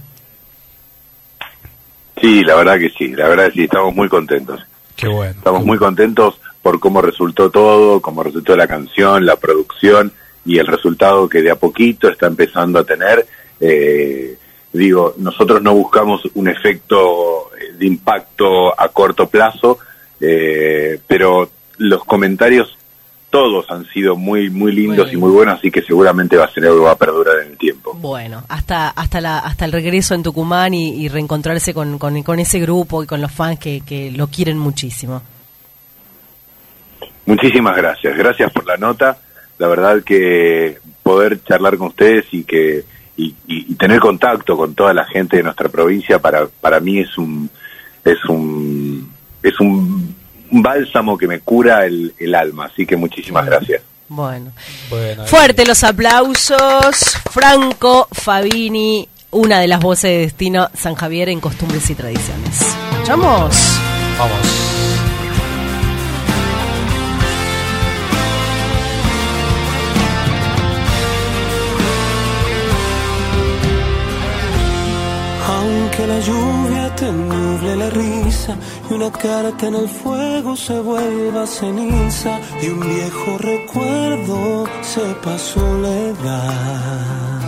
Sí, la verdad que sí, la verdad que sí, estamos muy contentos. Qué bueno. Estamos muy contentos por cómo resultó todo, cómo resultó la canción, la producción y el resultado que de a poquito está empezando a tener. Eh, digo, nosotros no buscamos un efecto de impacto a corto plazo, eh, pero los comentarios todos han sido muy muy lindos y muy buenos, así que seguramente va a ser algo que va a perdurar en el tiempo. Bueno, hasta hasta la hasta el regreso en Tucumán y, y reencontrarse con, con, con ese grupo y con los fans que, que lo quieren muchísimo. Muchísimas gracias, gracias por la nota. La verdad que poder charlar con ustedes y que y, y, y tener contacto con toda la gente de nuestra provincia para para mí es un es un es un un bálsamo que me cura el, el alma, así que muchísimas gracias. Bueno. bueno Fuerte los aplausos. Franco Fabini, una de las voces de Destino San Javier en Costumbres y Tradiciones. ¿Escuchamos? Vamos. Aunque la lluvia te nuble la risa y una carta en el fuego se vuelva ceniza y un viejo recuerdo sepa soledad.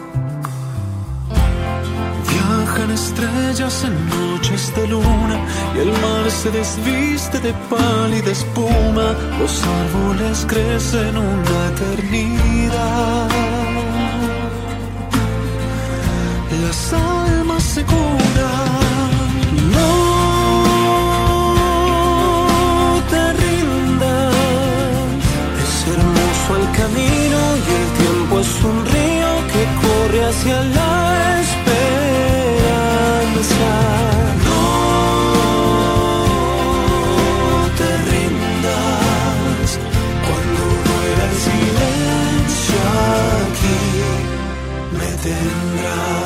Viajan estrellas en noches de luna y el mar se desviste de pálida espuma. Los árboles crecen una eternidad. Las almas se curan, no te rindas. Es hermoso el camino y el tiempo es un río que corre hacia la esperanza. No te rindas cuando duela el silencio aquí me tendrás.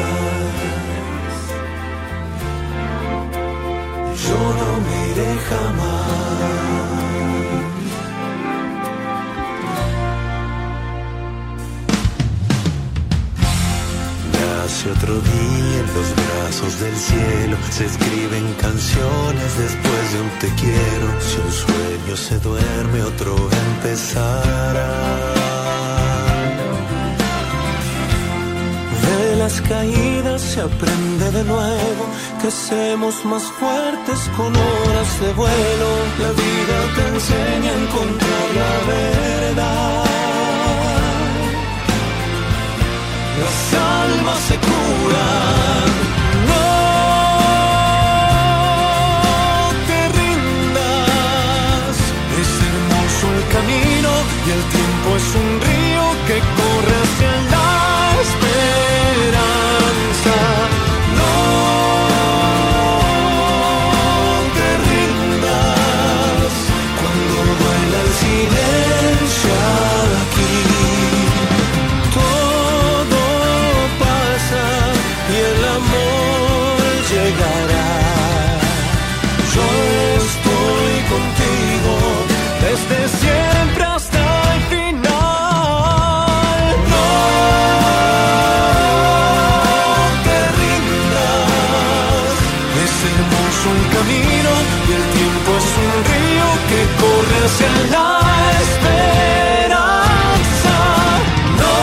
Yo no me iré jamás. Nace otro día en los brazos del cielo. Se escriben canciones después de un te quiero. Si un sueño se duerme, otro empezará. De las caídas se aprende de nuevo. Crecemos más fuertes con horas de vuelo. La vida te enseña a encontrar la verdad. Las almas se curan. No te rindas. Es hermoso el camino y el tiempo es un río que corre hacia la esperanza. No te rindas cuando duela el silencio aquí. Todo pasa y el amor llegará. Yo estoy contigo desde siempre hasta el final. No te rindas. Es hermoso el camino y el tiempo es un río que corre hacia la esperanza. No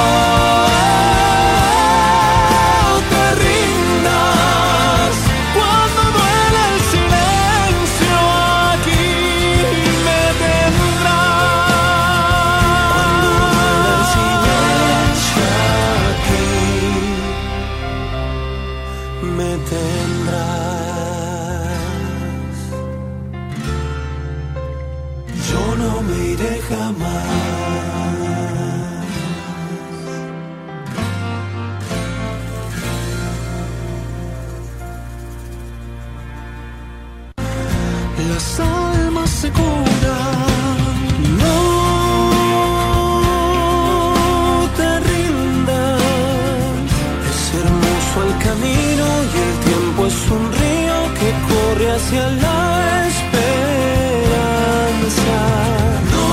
te rindas cuando duele el silencio aquí me tendrás. Cuando duele el silencio aquí me tendrás. Yo no me iré jamás. Las almas se curan. No te rindas. Es hermoso el camino y el tiempo es un río que corre hacia la esperanza. No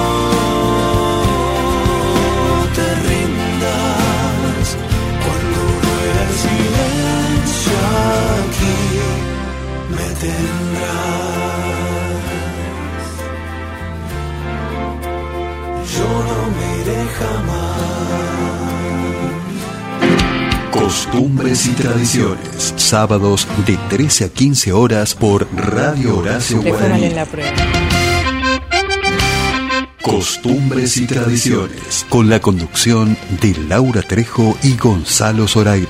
te rindas cuando duela el silencio aquí me tendrás. Yo no me iré jamás. Costumbres y Tradiciones, sábados de trece a quince horas por Radio Horacio Guaraní. Costumbres y Tradiciones, con la conducción de Laura Trejo y Gonzalo Zoraire.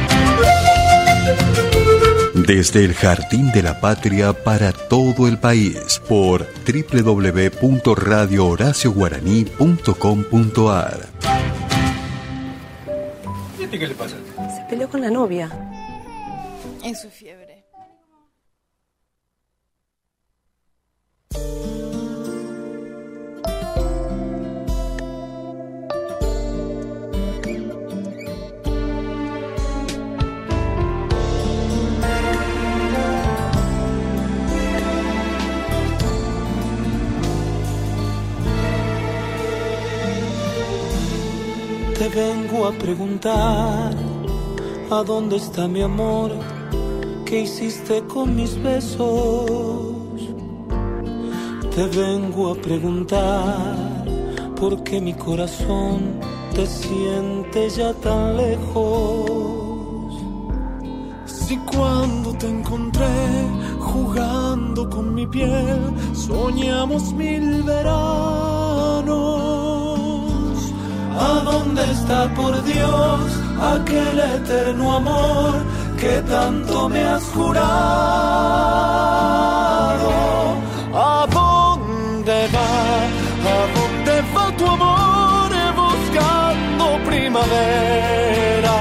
Desde el Jardín de la Patria para todo el país, por doble u doble u doble u punto radio horacio guaraní punto com punto a r. ¿Y a ti qué le pasa? Se peleó con la novia. En su fiebre. Te vengo a preguntar, ¿a dónde está mi amor? ¿Qué hiciste con mis besos? Te vengo a preguntar, ¿por qué mi corazón te siente ya tan lejos? Si cuando te encontré jugando con mi piel, soñamos mil veranos. ¿A dónde está, por Dios, aquel eterno amor que tanto me has jurado? ¿A dónde va? ¿A dónde va tu amor buscando primavera?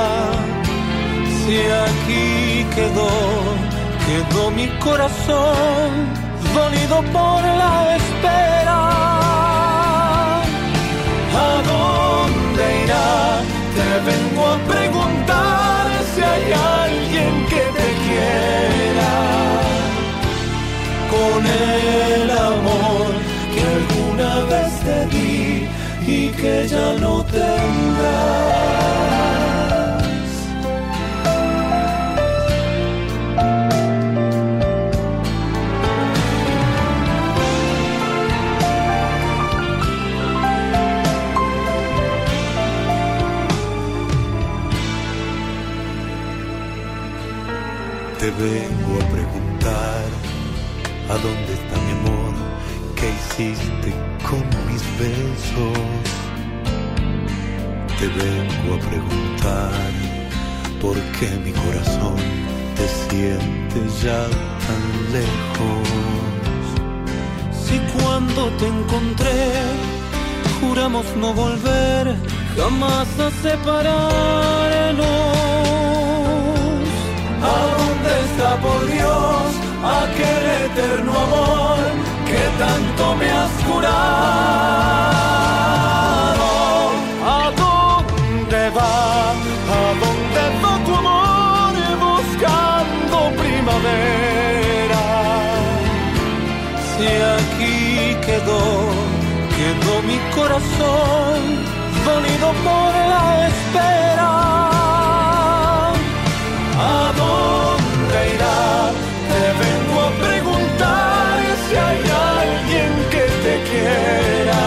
Si aquí quedó, quedó mi corazón dolido por la espera. ¿A dónde irá? Te vengo a preguntar si hay alguien que te quiera con el amor que alguna vez te di y que ya no tendrás. Te vengo a preguntar, ¿a dónde está mi amor? ¿Qué hiciste con mis besos? Te vengo a preguntar, ¿por qué mi corazón te siente ya tan lejos? Si cuando te encontré juramos no volver jamás a separarnos. ¿A dónde está, por Dios, aquel eterno amor que tanto me has jurado? ¿A dónde va? ¿A dónde va tu amor buscando primavera? Si aquí quedó, quedó mi corazón dolido por la espera. ¿A dónde irá? Te vengo a preguntar si hay alguien que te quiera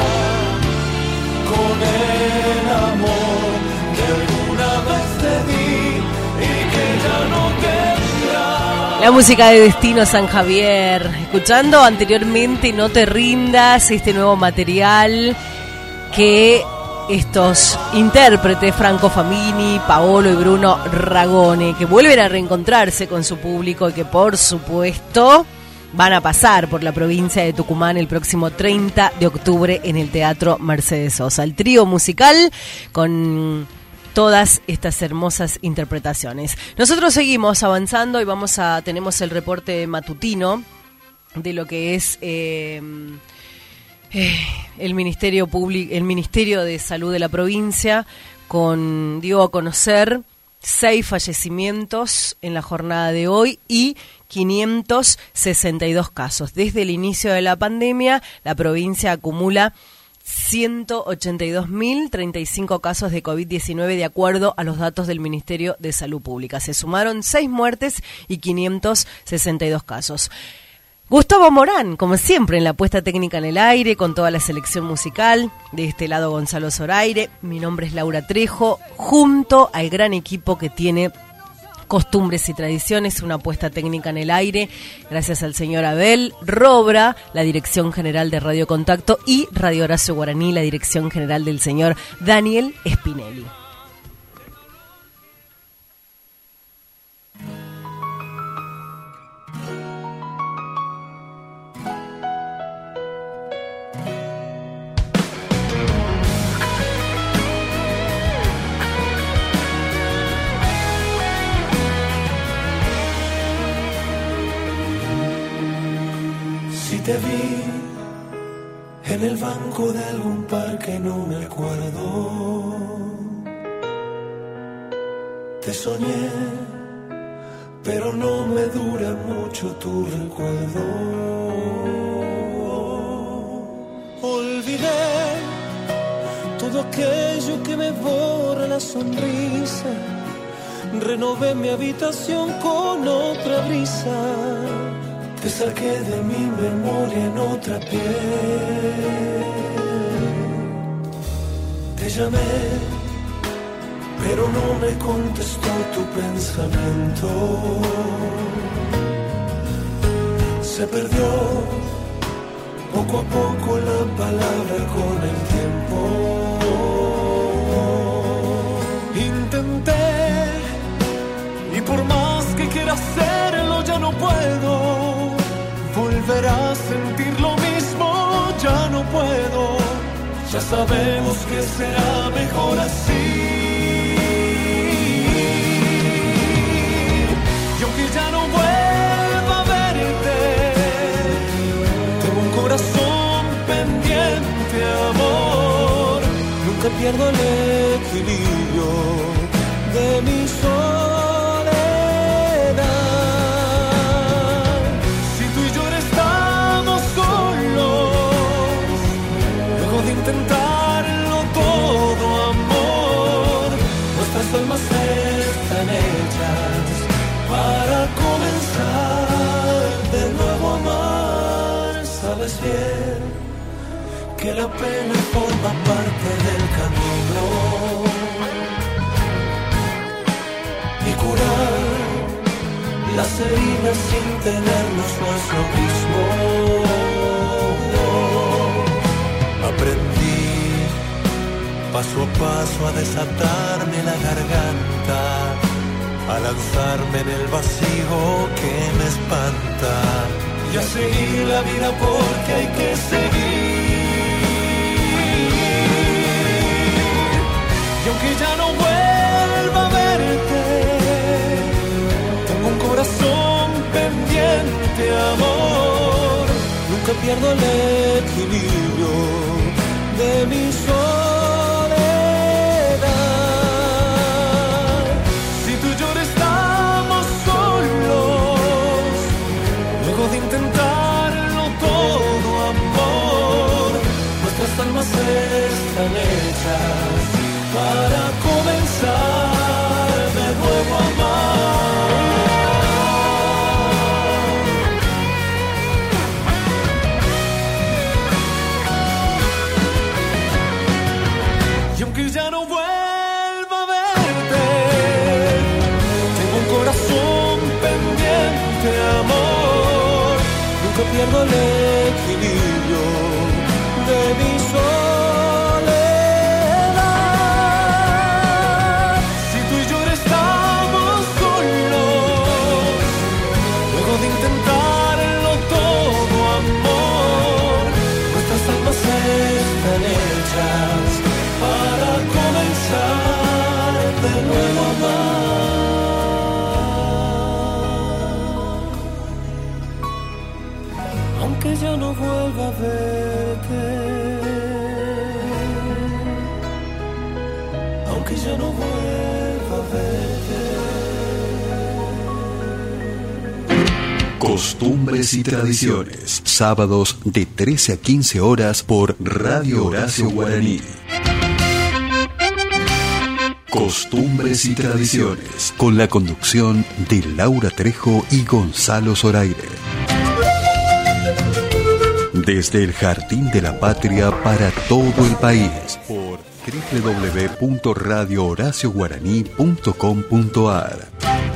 con el amor que alguna vez te di y que ya no tendrá. La música de Destino San Javier. Escuchando anteriormente No te rindas, este nuevo material que estos intérpretes, Franco Famini, Paolo y Bruno Ragone, que vuelven a reencontrarse con su público y que por supuesto van a pasar por la provincia de Tucumán el próximo treinta de octubre en el Teatro Mercedes Sosa. El trío musical con todas estas hermosas interpretaciones. Nosotros seguimos avanzando y vamos a tenemos el reporte matutino de lo que es eh, eh, el Ministerio Público, el Ministerio de Salud de la provincia, con dio a conocer seis fallecimientos en la jornada de hoy y quinientos sesenta y dos casos. Desde el inicio de la pandemia, la provincia acumula ciento ochenta y dos mil treinta y cinco casos de COVID diecinueve de acuerdo a los datos del Ministerio de Salud Pública. Se sumaron seis muertes y quinientos sesenta y dos casos. Gustavo Morán, como siempre, en la puesta técnica en el aire, con toda la selección musical. De este lado, Gonzalo Zoraire. Mi nombre es Laura Trejo, junto al gran equipo que tiene Costumbres y Tradiciones, una puesta técnica en el aire. Gracias al señor Abel Robra, la dirección general de Radio Contacto, y Radio Horacio Guaraní, la dirección general del señor Daniel Spinelli. Te vi en el banco de algún parque, no me acuerdo. Te soñé, pero no me dura mucho tu recuerdo. Olvidé todo aquello que me borra la sonrisa. Renové mi habitación con otra brisa. Te saqué de mi memoria en otra piel. Te llamé, pero no me contestó tu pensamiento. Se perdió poco a poco la palabra con el tiempo. Intenté, y por más que quiera hacerlo ya no puedo. Volver a sentir lo mismo, ya no puedo. Ya sabemos que será mejor así. Y aunque ya no vuelva a verte, tengo un corazón pendiente, amor. Nunca pierdo el equilibrio de mi soledad. Intentarlo todo, amor. Nuestras almas están hechas para comenzar de nuevo a amar. Sabes bien que la pena forma parte del camino, y curar las heridas sin tenernos nuestro mismo. Aprendí paso a paso a desatarme la garganta, a lanzarme en el vacío que me espanta, y a seguir la vida porque hay que seguir. Y aunque ya no vuelva a verte, tengo un corazón pendiente, amor. Nunca pierdo el equilibrio de mi soledad. Si tú y yo estamos solos, luego de intentarlo todo, amor, nuestras almas están hechas para comenzar de nuevo a amar. Y ya no vuelva a verte, tengo un corazón pendiente, amor. Nunca pierdo el equilibrio de mi soledad. Si tú y yo estamos solos, luego de intentarlo todo, amor, nuestras almas están hechas para comenzar de nuevo a amar. Aunque ya no vuelva a verte, aunque ya no vuelva a verte. Costumbres y Tradiciones, sábados de trece a quince horas por Radio Horacio Guaraní. Costumbres y Tradiciones, con la conducción de Laura Trejo y Gonzalo Zoraire. Desde el Jardín de la Patria para todo el país por doble u doble u doble u punto radio horacio guaraní punto com punto a r.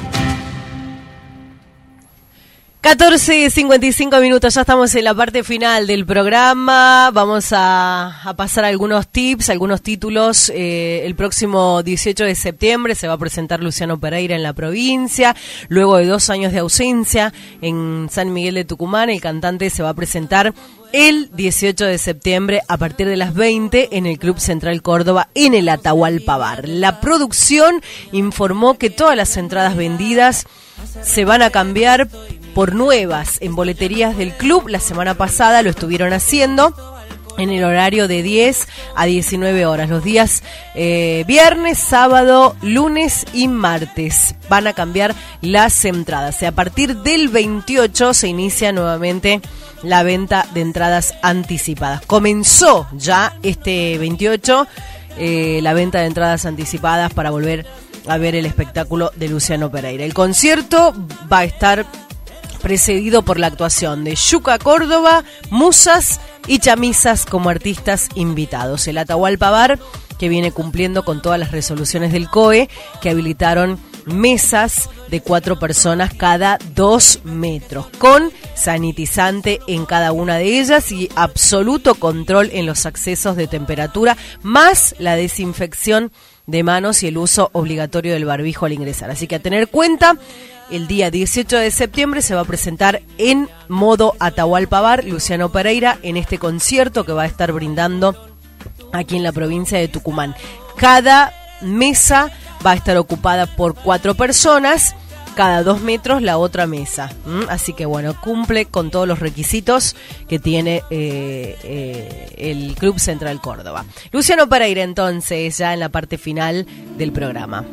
catorce cincuenta y cinco minutos, ya estamos en la parte final del programa. Vamos a, a pasar algunos tips, algunos títulos. Eh, el próximo dieciocho de septiembre se va a presentar Luciano Pereira en la provincia. Luego de dos años de ausencia en San Miguel de Tucumán, el cantante se va a presentar el dieciocho de septiembre a partir de las veinte en el Club Central Córdoba en el Atahualpa Bar. La producción informó que todas las entradas vendidas se van a cambiar por nuevas en boleterías del club. La semana pasada lo estuvieron haciendo en el horario de diez a diecinueve horas, los días eh, viernes, sábado, lunes y martes. Van a cambiar las entradas. A partir del veintiocho se inicia nuevamente la venta de entradas anticipadas. Comenzó ya este veintiocho eh, la venta de entradas anticipadas para volver a ver el espectáculo de Luciano Pereira. El concierto va a estar precedido por la actuación de Yuca Córdoba, Musas y Chamisas como artistas invitados. El Atahualpa Bar, que viene cumpliendo con todas las resoluciones del C O E, que habilitaron mesas de cuatro personas cada dos metros, con sanitizante en cada una de ellas y absoluto control en los accesos de temperatura, más la desinfección de manos y el uso obligatorio del barbijo al ingresar. Así que a tener cuenta, el día dieciocho de septiembre se va a presentar en modo Atahualpa Bar Luciano Pereira en este concierto que va a estar brindando aquí en la provincia de Tucumán. Cada mesa va a estar ocupada por cuatro personas, cada dos metros la otra mesa. ¿Mm? Así que bueno, cumple con todos los requisitos que tiene eh, eh, el Club Central Córdoba. Luciano Pereira entonces, ya en la parte final del programa.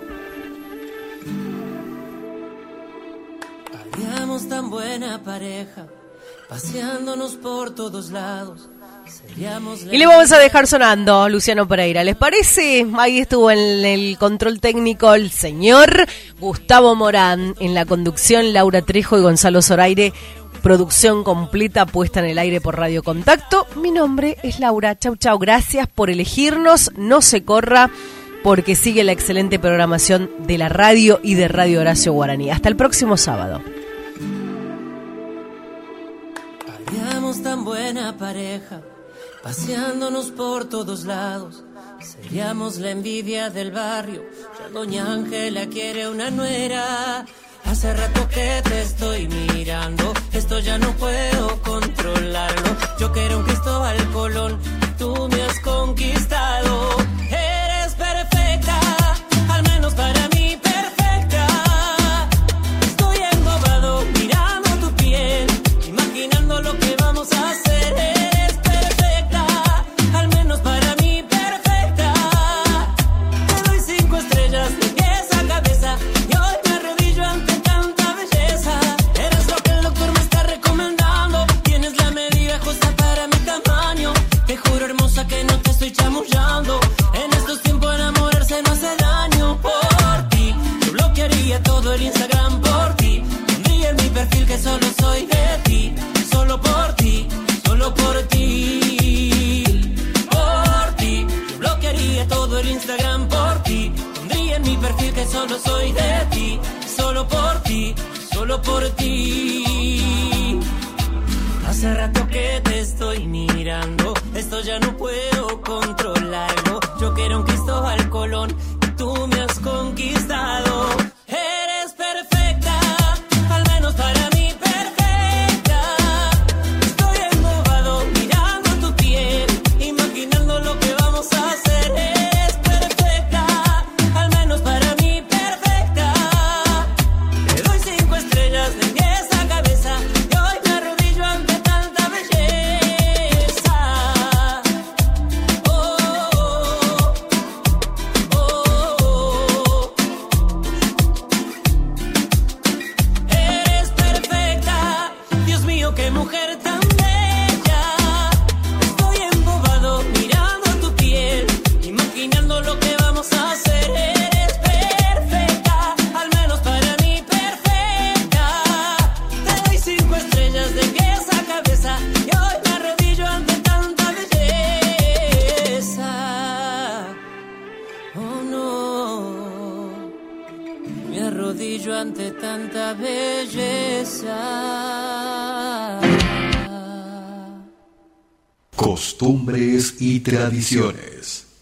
Seríamos tan buena pareja, paseándonos por todos lados. Y le vamos a dejar sonando Luciano Pereira, ¿les parece? Ahí estuvo en el control técnico el señor Gustavo Morán, en la conducción Laura Trejo y Gonzalo Zoraire, producción completa puesta en el aire por Radio Contacto. Mi nombre es Laura, chau chau, gracias por elegirnos, no se corra porque sigue la excelente programación de la radio y de Radio Horacio Guaraní. Hasta el próximo sábado. Seríamos tan buena pareja, paseándonos por todos lados. Seríamos la envidia del barrio. Ya doña Ángela quiere una nuera. Hace rato que te estoy mirando, esto ya no puedo controlarlo. Yo quiero un Cristóbal Colón, tú me has conquistado. Eres perfecta, al menos para mí perfecta. Estoy embobado mirando tu piel, imaginando lo que vamos a hacer. Eres perfecta, al menos para mí perfecta. Te doy cinco estrellas de pies a cabeza y hoy me arrodillo ante tanta belleza. Eres lo que el doctor me está recomendando, tienes la medida justa para mi tamaño. Te juro hermosa que no te estoy chamullando. En estos tiempos enamorarse no hace daño. Por ti, yo bloquearía todo el Instagram por ti. Pondría en mi perfil que solo soy de ti. Solo por ti, solo por ti. Por ti, yo bloquearía todo el Instagram por ti. Pondría en mi perfil que solo soy de ti. Solo por ti, solo por ti. Hace rato que te estoy mirando, esto ya no puedo controlarlo. Yo quiero un Cristóbal Colón y tú me has conquistado. Eres perfecta, al menos para mí perfecta. Estoy embobado mirando tu piel, imaginando lo que vamos a hacer. Eres perfecta, al menos para mí perfecta. Te doy cinco estrellas de pies a cabeza y hoy me arrodillo ante tanta belleza. Oh, oh, oh, oh. ante tanta belleza. Costumbres y tradiciones.